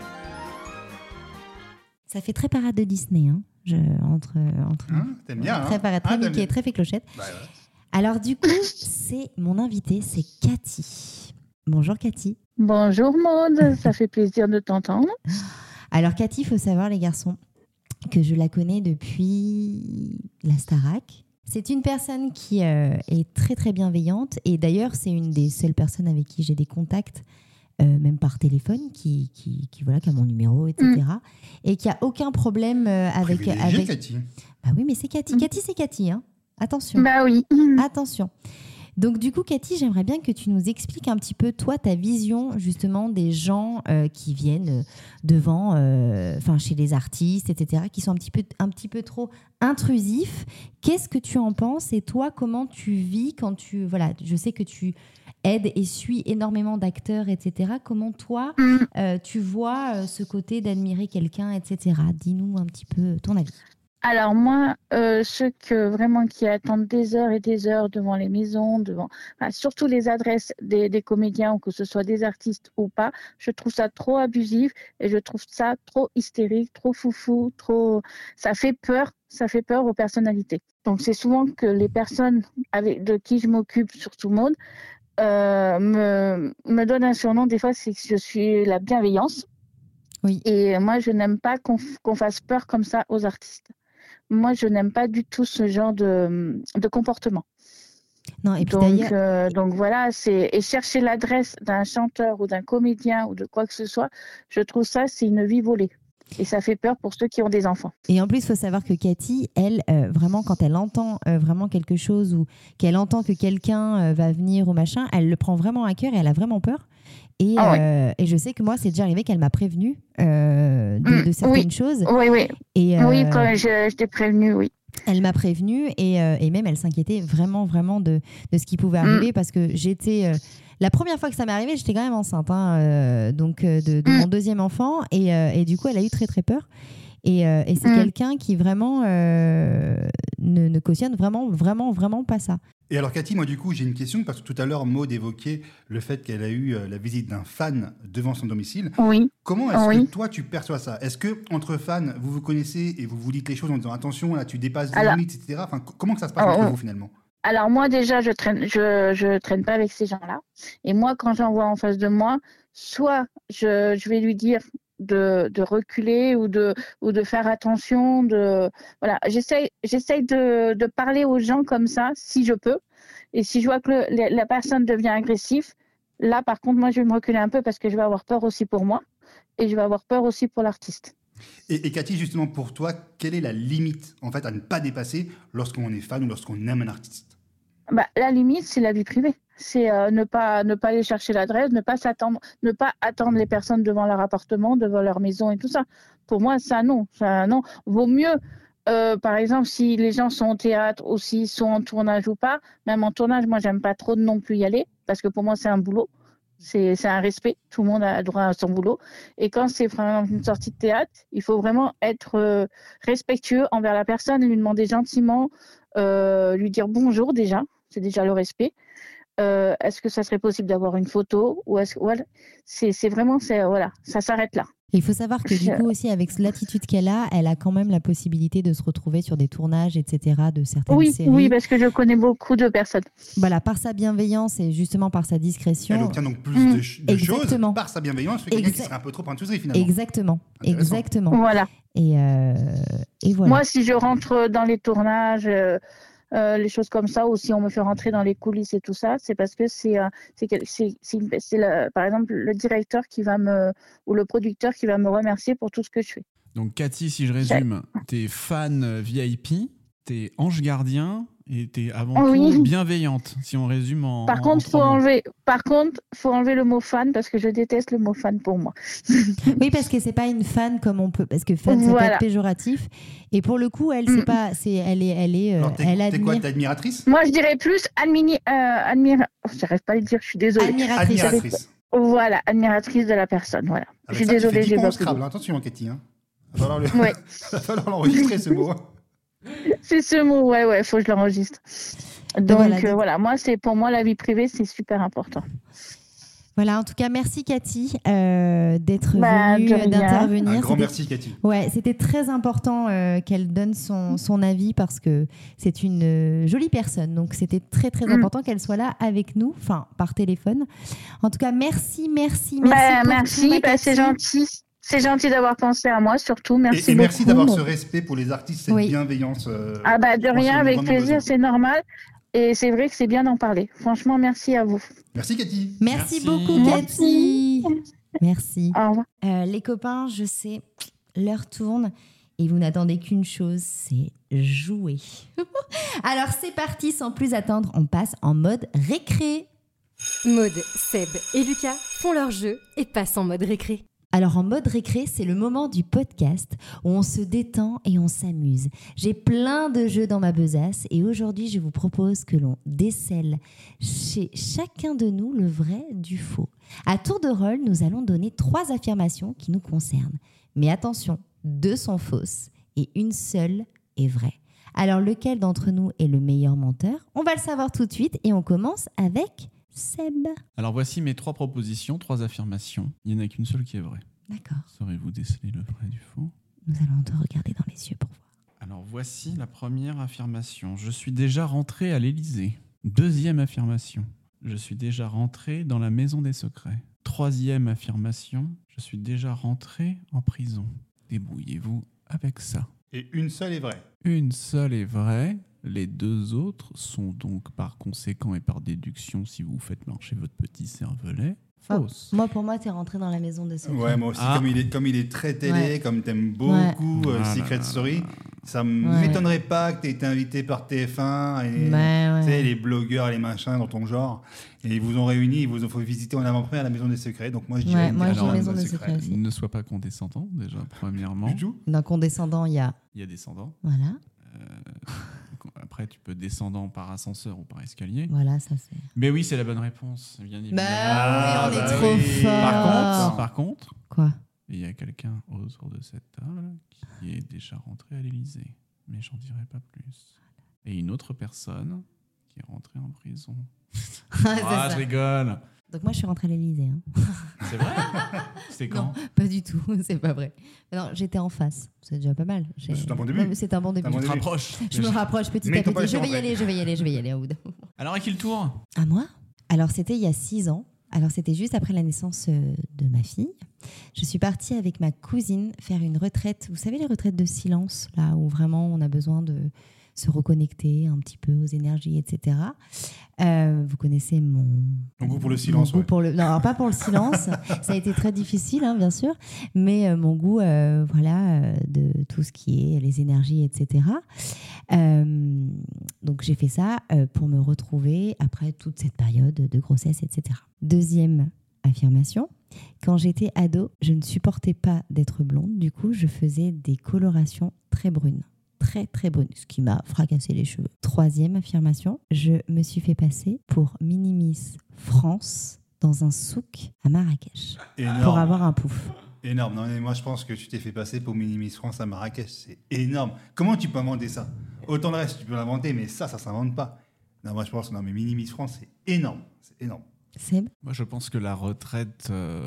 Ça fait très parade de Disney, hein, je, entre, entre Hein, t'aimes bien, hein très parade, très Ah, t'aimes Mickey, bien. très fait clochette. Bah, ouais. Alors du coup, c'est mon invitée, c'est Cathy. Bonjour Cathy. Bonjour Maud, ça fait plaisir de t'entendre. Alors Cathy, il faut savoir les garçons que je la connais depuis la Starac. C'est une personne qui euh, est très très bienveillante et d'ailleurs c'est une des seules personnes avec qui j'ai des contacts, euh, même par téléphone, qui, qui, qui, voilà, qui a mon numéro, et cetera. Et qui a aucun problème euh, avec... Privilégié, avec... Cathy. Bah oui, mais c'est Cathy. Mm. Cathy, c'est Cathy, hein. Attention. Bah oui. Attention. Donc du coup, Cathy, j'aimerais bien que tu nous expliques un petit peu, toi, ta vision justement des gens euh, qui viennent euh, devant, euh, enfin chez les artistes, et cetera, qui sont un petit peu, un petit peu trop intrusifs. Qu'est-ce que tu en penses et toi, comment tu vis quand tu, voilà, je sais que tu aides et suis énormément d'acteurs, et cetera. Comment toi, Mm. euh, tu vois euh, ce côté d'admirer quelqu'un, et cetera. Dis-nous un petit peu ton avis. Alors moi, euh, ceux que vraiment qui attendent des heures et des heures devant les maisons, devant, enfin, surtout les adresses des, des comédiens, ou que ce soit des artistes ou pas, je trouve ça trop abusif et je trouve ça trop hystérique, trop foufou, trop. Ça fait peur, ça fait peur aux personnalités. Donc c'est souvent que les personnes avec de qui je m'occupe, surtout Maud, euh, me me donnent un surnom. Des fois, c'est que je suis la bienveillance. Oui. Et moi, je n'aime pas qu'on f- qu'on fasse peur comme ça aux artistes. Moi, je n'aime pas du tout ce genre de, de comportement. Non, et puis Donc, d'ailleurs, euh, donc voilà, c'est et chercher l'adresse d'un chanteur ou d'un comédien ou de quoi que ce soit, je trouve ça, c'est une vie volée. Et ça fait peur pour ceux qui ont des enfants. et en plus, il faut savoir que Cathy, elle, euh, vraiment, quand elle entend euh, vraiment quelque chose ou qu'elle entend que quelqu'un euh, va venir ou machin, elle le prend vraiment à cœur et elle a vraiment peur. Et, Ah ouais. euh, et je sais que moi, c'est déjà arrivé qu'elle m'a prévenue euh, de, Mm, de certaines oui. choses. Oui, oui, Et, euh, oui, quand je, je t'ai prévenu, oui. elle m'a prévenue et, euh, et même elle s'inquiétait vraiment, vraiment de, de ce qui pouvait Mm. arriver parce que j'étais. euh, la première fois que ça m'est arrivé, j'étais quand même enceinte, hein, euh, donc euh, de, de Mm. mon deuxième enfant. Et, euh, et du coup, elle a eu très, très peur. Et, euh, et c'est Mm. quelqu'un qui vraiment euh, ne, ne cautionne vraiment, vraiment, vraiment pas ça. Et alors Cathy, moi du coup j'ai une question parce que tout à l'heure Maud évoquait le fait qu'elle a eu euh, la visite d'un fan devant son domicile. Oui. Comment est-ce Oui. que toi tu perçois ça? Est-ce que entre fans vous vous connaissez et vous vous dites les choses en disant attention là tu dépasses des Alors- limites, et cetera. Enfin, c- comment que ça se passe Alors, entre on- vous finalement? Alors moi déjà je traîne je je traîne pas avec ces gens-là et moi quand j'en vois en face de moi, soit je, je vais lui dire de, de reculer ou de ou de faire attention, de voilà, j'essaye j'essaye de, de parler aux gens comme ça si je peux, et si je vois que le- la, la personne devient agressive, là par contre moi je vais me reculer un peu parce que je vais avoir peur aussi pour moi et je vais avoir peur aussi pour l'artiste. Et, et Cathy, justement pour toi, quelle est la limite en fait à ne pas dépasser lorsqu'on est fan ou lorsqu'on aime un artiste? Bah, la limite, c'est la vie privée. C'est euh, ne pas ne pas aller chercher l'adresse, ne pas s'attendre, ne pas attendre les personnes devant leur appartement, devant leur maison et tout ça. Pour moi, ça non, ça non. Vaut mieux, euh, par exemple, si les gens sont au théâtre ou s'ils sont en tournage ou pas. Même en tournage, moi, j'aime pas trop non plus y aller parce que pour moi, c'est un boulot. C'est c'est un respect. Tout le monde a droit à son boulot. Et quand c'est vraiment une sortie de théâtre, il faut vraiment être euh, respectueux envers la personne, lui demander gentiment, euh, lui dire bonjour déjà. C'est déjà le respect. Euh, est-ce que ça serait possible d'avoir une photo ou est-ce que voilà, c'est c'est vraiment c'est voilà, ça s'arrête là. Il faut savoir que du Je- coup aussi avec l'attitude qu'elle a, elle a quand même la possibilité de se retrouver sur des tournages, et cetera de certaines Oui, séries. oui, parce que je connais beaucoup de personnes. Voilà, par sa bienveillance et justement par sa discrétion. Elle obtient donc plus Mm. de, ch- de choses Exactement. par sa bienveillance que quelqu'un qui Exa- serait un peu trop intrusif finalement. Exactement, Intéressant. exactement. Voilà. Et, euh, et voilà. Moi, si je rentre dans les tournages, euh, euh, les choses comme ça, ou si on me fait rentrer dans les coulisses et tout ça, c'est parce que c'est, euh, c'est, quel- c'est, c'est, une- c'est le- par exemple le directeur qui va me, ou le producteur qui va me remercier pour tout ce que je fais. Donc Cathy, si je résume, t'es fan V I P, t'es ange gardien et t'es avant Oh tout oui. bienveillante, si on résume en Par en- contre, en faut trois mots. enlever, par contre, faut enlever le mot fan parce que je déteste le mot fan pour moi. Oui, parce que c'est pas une fan comme on peut, parce que fan ça peut Voilà. être péjoratif. Et pour le coup, elle, c'est Mm. pas, c'est, elle est, elle est, euh, Alors, t'es, elle t'es quoi, admire. t'es admiratrice Moi, je dirais plus admini, euh, admira... oh, j'arrive pas à le dire, je suis désolée. Admiratrice. Admiratrice. Voilà, admiratrice de la personne, voilà. Avec je suis ça, tu désolée, fais j'ai dix points pas au pu Scrabble, dire. hein. Attention, Cathy. Hein. Va falloir, le... Ouais. va falloir l'enregistrer ce mot. C'est ce mot, ouais, ouais, faut que je l'enregistre. Donc voilà, euh, donc- voilà, moi, c'est pour moi la vie privée, c'est super important. Voilà, en tout cas, merci Cathy euh, d'être Bah, venue, de rien. d'intervenir. Un grand C'était- merci, Cathy. Ouais, c'était très important euh, qu'elle donne son, son avis parce que c'est une euh, jolie personne. Donc, c'était très, très Mm. important qu'elle soit là avec nous, enfin, par téléphone. En tout cas, merci, merci, merci. Bah, pour merci, tout, ma bah, c'est Cathy. gentil. C'est gentil d'avoir pensé à moi, surtout. Merci Et, et merci beaucoup. d'avoir ce respect pour les artistes, cette Oui. bienveillance. euh, Ah bah de je pense rien, qu'on a avec vraiment plaisir, besoin. c'est normal. Et c'est vrai que c'est bien d'en parler. Franchement, merci à vous. Merci, Cathy. Merci, Merci. beaucoup, Cathy. Merci. Au revoir. Euh, les copains, je sais, l'heure tourne et vous n'attendez qu'une chose, c'est jouer. Alors, c'est parti, sans plus attendre, on passe en mode récré. Maud, Seb et Lucas font leur jeu et passent en mode récré. Alors en mode récré, c'est le moment du podcast où on se détend et on s'amuse. J'ai plein de jeux dans ma besace et aujourd'hui je vous propose que l'on décèle chez chacun de nous le vrai du faux. À tour de rôle, nous allons donner trois affirmations qui nous concernent. Mais attention, deux sont fausses et une seule est vraie. Alors lequel d'entre nous est le meilleur menteur? On va le savoir tout de suite et on commence avec Seb. Alors voici mes trois propositions, trois affirmations. Il n'y en a qu'une seule qui est vraie. D'accord, Saurez-vous déceler le vrai du faux? nous allons te regarder dans les yeux pour voir. Alors voici la première affirmation. Je suis déjà rentré à l'Élysée. Deuxième affirmation. Je suis déjà rentré dans la maison des secrets. Troisième affirmation. Je suis déjà rentré en prison. Débrouillez-vous avec ça. Et une seule est vraie. Une seule est vraie. Les deux autres sont donc par conséquent et par déduction, si vous faites marcher votre petit cervelet, fausses. Moi, pour moi, t'es rentré dans la maison des secrets. Ouais, moi aussi, Ah. comme, il est, comme il est très télé, Ouais. comme t'aimes beaucoup euh, Ah là Secret là Story, là. ça ne Ouais. m'étonnerait pas que tu aies été invité par T F un et Ouais, ouais. tu sais, les blogueurs, les machins dans ton genre. Et ils vous ont réunis, ils vous ont fait visiter en avant-première la maison des secrets. Donc moi, je dirais Ouais, moi, direct j'ai la maison des secrets aussi. Ne sois pas condescendant, déjà, premièrement. Du tout. D'un condescendant, il y a. Il y a descendant. Voilà, Après, tu peux descendant par ascenseur ou par escalier. voilà, ça c'est. Mais oui, c'est la bonne réponse, bien évidemment. Bah, oui, on est bah trop oui. fort. Par contre, par contre, Quoi? il y a quelqu'un autour de cette table qui est déjà rentré à l'Élysée. Mais j'en dirai pas plus. Et une autre personne qui est rentrée en prison. C'est Ah, ça. je rigole. Donc moi, je suis rentrée à l'Élysée. Hein. C'est vrai? C'était quand? Non, pas du tout, c'est pas vrai. Non, j'étais en face, c'est déjà pas mal. J'ai- C'est un bon début. Ouais, mais c'est un bon début. un bon Tu te début. rapproches. Je me rapproche petit Mais à ils t'ont pas petit. Je laissé vais y rentrer. aller, je vais y aller, je vais y aller au bout d'un moment. Alors, à qui le tour? À moi? Alors, c'était il y a six ans. Alors, c'était juste après la naissance euh, de ma fille. Je suis partie avec ma cousine faire une retraite. Vous savez, les retraites de silence, là où vraiment on a besoin de se reconnecter un petit peu aux énergies, et cetera. Euh, vous connaissez mon... Mon goût pour le silence, mon goût ouais. pour le... Non, alors pas pour le silence. Ça a été très difficile, hein, bien sûr. Mais euh, mon goût, euh, voilà, euh, de tout ce qui est les énergies, et cetera. Euh, donc, j'ai fait ça euh, pour me retrouver après toute cette période de grossesse, et cetera. Deuxième affirmation. Quand j'étais ado, je ne supportais pas d'être blonde. Du coup, je faisais des colorations très brunes. Très, très brunes, ce qui m'a fracassé les cheveux. Troisième affirmation. Je me suis fait passer pour Mini-Miss France dans un souk à Marrakech Énorme. pour avoir un pouf. Énorme. Non, mais moi, je pense que tu t'es fait passer pour Mini-Miss France à Marrakech. C'est énorme. Comment tu peux inventer ça? Autant le reste, tu peux l'inventer, mais ça, ça s'invente pas. Non, moi, je pense que non, mais Mini-Miss France, c'est énorme. C'est énorme. Seb? Moi, je pense que la retraite euh,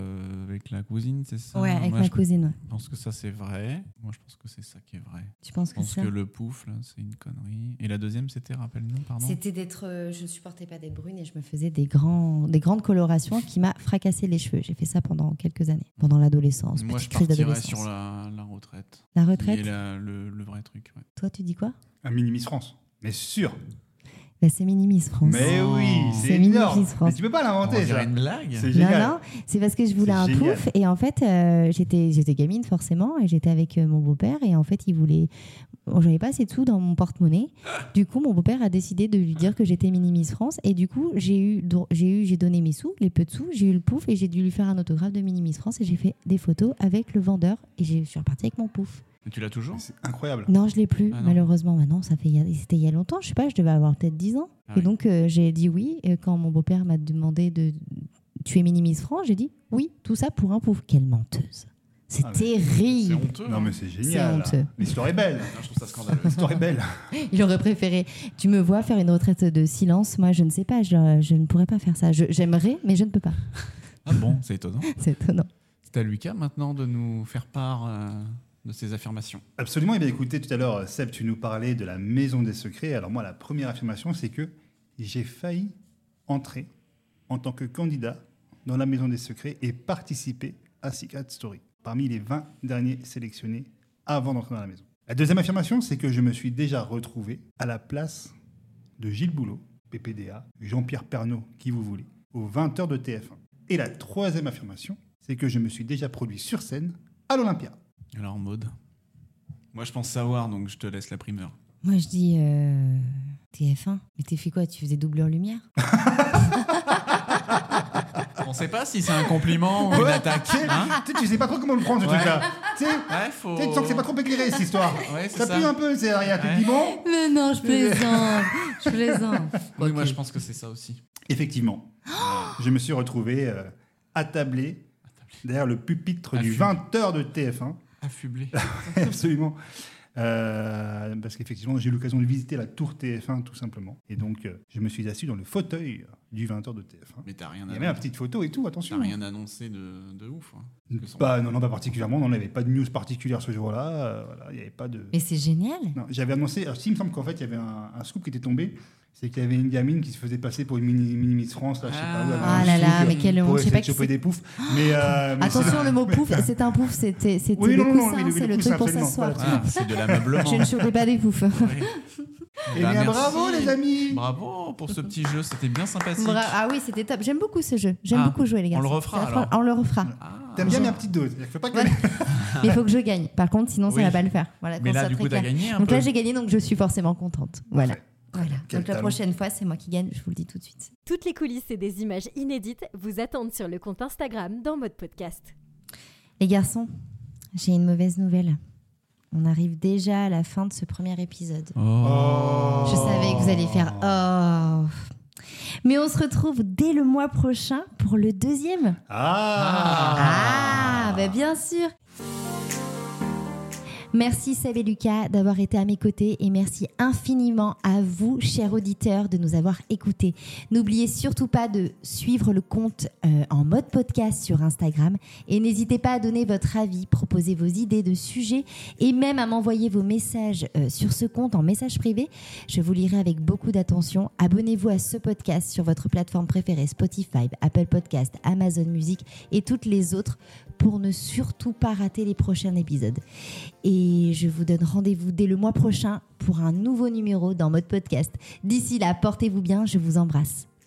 avec la cousine, c'est ça? Ouais, avec Moi, ma je cousine. Ouais. pense que ça, c'est vrai. Moi, je pense que c'est ça qui est vrai. Tu penses Je que pense c'est que ça? le pouf, là, c'est une connerie. Et la deuxième, c'était, rappelle-nous, pardon. C'était d'être. euh, je ne supportais pas d'être brune et je me faisais des, grands, des grandes colorations qui m'a fracassé les cheveux. J'ai fait ça pendant quelques années, pendant l'adolescence. Moi, je petite crise partirais d'adolescence. sur la, la retraite. La Qui retraite. est la- le, le vrai truc. Ouais. Toi, tu dis quoi? Un mini Miss France. Mais sûr. Bah, c'est Mini Miss France. Mais oui, c'est C'est Mini énorme. Miss France. Mais tu peux pas On l'inventer, dirait ça. une blague. C'est Non, génial. non, c'est parce que je voulais C'est un génial. pouf et en fait, euh, j'étais, j'étais gamine forcément et j'étais avec euh, mon beau-père et en fait, il voulait. Bon, j'avais pas assez de sous dans mon porte-monnaie. Du coup, mon beau-père a décidé de lui dire que j'étais Mini Miss France et du coup, j'ai eu, do- j'ai eu, j'ai donné mes sous, les peu de sous, j'ai eu le pouf et j'ai dû lui faire un autographe de Mini Miss France et j'ai fait des photos avec le vendeur et je suis repartie avec mon pouf. Mais tu l'as toujours? C'est incroyable. Non, je l'ai plus, Ah non. malheureusement. Maintenant, ça fait, il y a- c'était il y a longtemps. Je sais pas, je devais avoir peut-être dix ans. Ah et oui. donc, euh, j'ai dit oui. Et quand mon beau-père m'a demandé de tu es Mini Miss France, j'ai dit oui. Tout ça pour un pouf. Quelle menteuse. C'est Ah, mais C'est terrible. honteux. Non, hein. mais c'est génial. C'est honteux. L'histoire est belle. Non, je trouve ça scandaleux. L'histoire est belle. Il aurait préféré. Tu me vois faire une retraite de silence. Moi, je ne sais pas. Je, je ne pourrais pas faire ça. Je- j'aimerais, mais je ne peux pas. Ah bon, c'est étonnant. C'est étonnant. C'est à Lucas maintenant de nous faire part euh, de ses affirmations. Absolument. Et bien, écoutez, tout à l'heure, Seb, tu nous parlais de la maison des secrets. Alors moi, la première affirmation, c'est que j'ai failli entrer en tant que candidat dans la maison des secrets et participer à Secret Story, parmi les vingt derniers sélectionnés avant d'entrer dans la maison. La deuxième affirmation, c'est que je me suis déjà retrouvé à la place de Gilles Boulot, P P D A, Jean-Pierre Pernaut, qui vous voulez, aux vingt heures de T F un. Et la troisième affirmation, c'est que je me suis déjà produit sur scène à l'Olympia. Alors, Maud, moi je pense savoir, donc je te laisse la primeur. Moi, je dis euh, T F un. Mais t'es fait quoi? Tu faisais doubleur lumière? On sait pas si c'est un compliment ou une Ouais, attaque. tu sais, Hein tu sais, tu sais pas trop comment le prendre, ce Ouais. truc-là. Tu sais, Ouais, faut... tu sais, tu sens que c'est pas trop éclairé, cette histoire. Ouais, c'est Ça ça. pue un peu, c'est derrière. Tu te Ouais. dis, bon, Mais non, je plaisante. je plaisante. Oui, moi je pense que c'est ça aussi. effectivement, je me suis retrouvé euh, attablé derrière le pupitre du Affublé. vingt heures de T F un. Affublé. Absolument. Euh, parce qu'effectivement, j'ai eu l'occasion de visiter la tour T F un, tout simplement. Et donc, euh, je me suis assis dans le fauteuil du vingt heures de T F un. Mais t'as rien Il y à avait une petite photo et tout, attention. T'as rien annoncé de, de ouf. Hein. Que son- Bah, non, non, pas particulièrement. On n'avait pas de news particulière ce jour-là. euh, voilà, il n'y avait pas de... Mais c'est génial. Non, j'avais annoncé. Alors, si, il me semble qu'en fait, il y avait un, un scoop qui était tombé. C'est qu'il y avait une gamine qui se faisait passer pour une mini, mini Miss France. Là, je sais pas où, elle avait Ah un là là, scoop mais quelle pour honte. Je sais essayer pas de qui choper c'est. des poufs. Mais, euh, mais Attention, c'est- le mot pouf, c'est un pouf, c'était, c'était Oui, le non, non, coussin, oui, le- c'est le le coussin, truc pour absolument, s'asseoir. voilà. Ah, c'est de l'ameublement. Je ne chopais pas des poufs. Ouais. Eh Bah, bien, merci. bravo, les amis. Bravo pour ce petit jeu, c'était bien sympathique. Bra- Ah oui, c'était top. J'aime beaucoup ce jeu. J'aime Ah, beaucoup jouer, les gars. on le refera, C'est affreux. alors. On le refera. Ah. T'aimes bien, mais à petite dose. Il faut pas que... Voilà. Mais il faut que je gagne. Par contre, sinon, ça Oui. va pas le faire. Voilà, Mais qu'on là, soit du très coup, t'as clair. gagné un Donc peu. là, j'ai gagné, donc je suis forcément contente. Voilà. Parfait. Voilà. Quel Donc la talent. prochaine fois, c'est moi qui gagne. Je vous le dis tout de suite. Toutes les coulisses et des images inédites vous attendent sur le compte Instagram dans Mode Podcast. Les garçons, j'ai une mauvaise nouvelle. On arrive déjà à la fin de ce premier épisode. Oh. Je savais que vous alliez faire oh. Mais on se retrouve dès le mois prochain pour le deuxième. Ah, Ah, bah bien sûr. Merci Seb et Lucas d'avoir été à mes côtés et merci infiniment à vous, chers auditeurs, de nous avoir écoutés. N'oubliez surtout pas de suivre le compte euh, en mode podcast sur Instagram et n'hésitez pas à donner votre avis, proposer vos idées de sujets et même à m'envoyer vos messages euh, sur ce compte en message privé. Je vous lirai avec beaucoup d'attention. Abonnez-vous à ce podcast sur votre plateforme préférée, Spotify, Apple Podcast, Amazon Music et toutes les autres pour ne surtout pas rater les prochains épisodes. Et je vous donne rendez-vous dès le mois prochain pour un nouveau numéro dans Mode Podcast. D'ici là, portez-vous bien, je vous embrasse.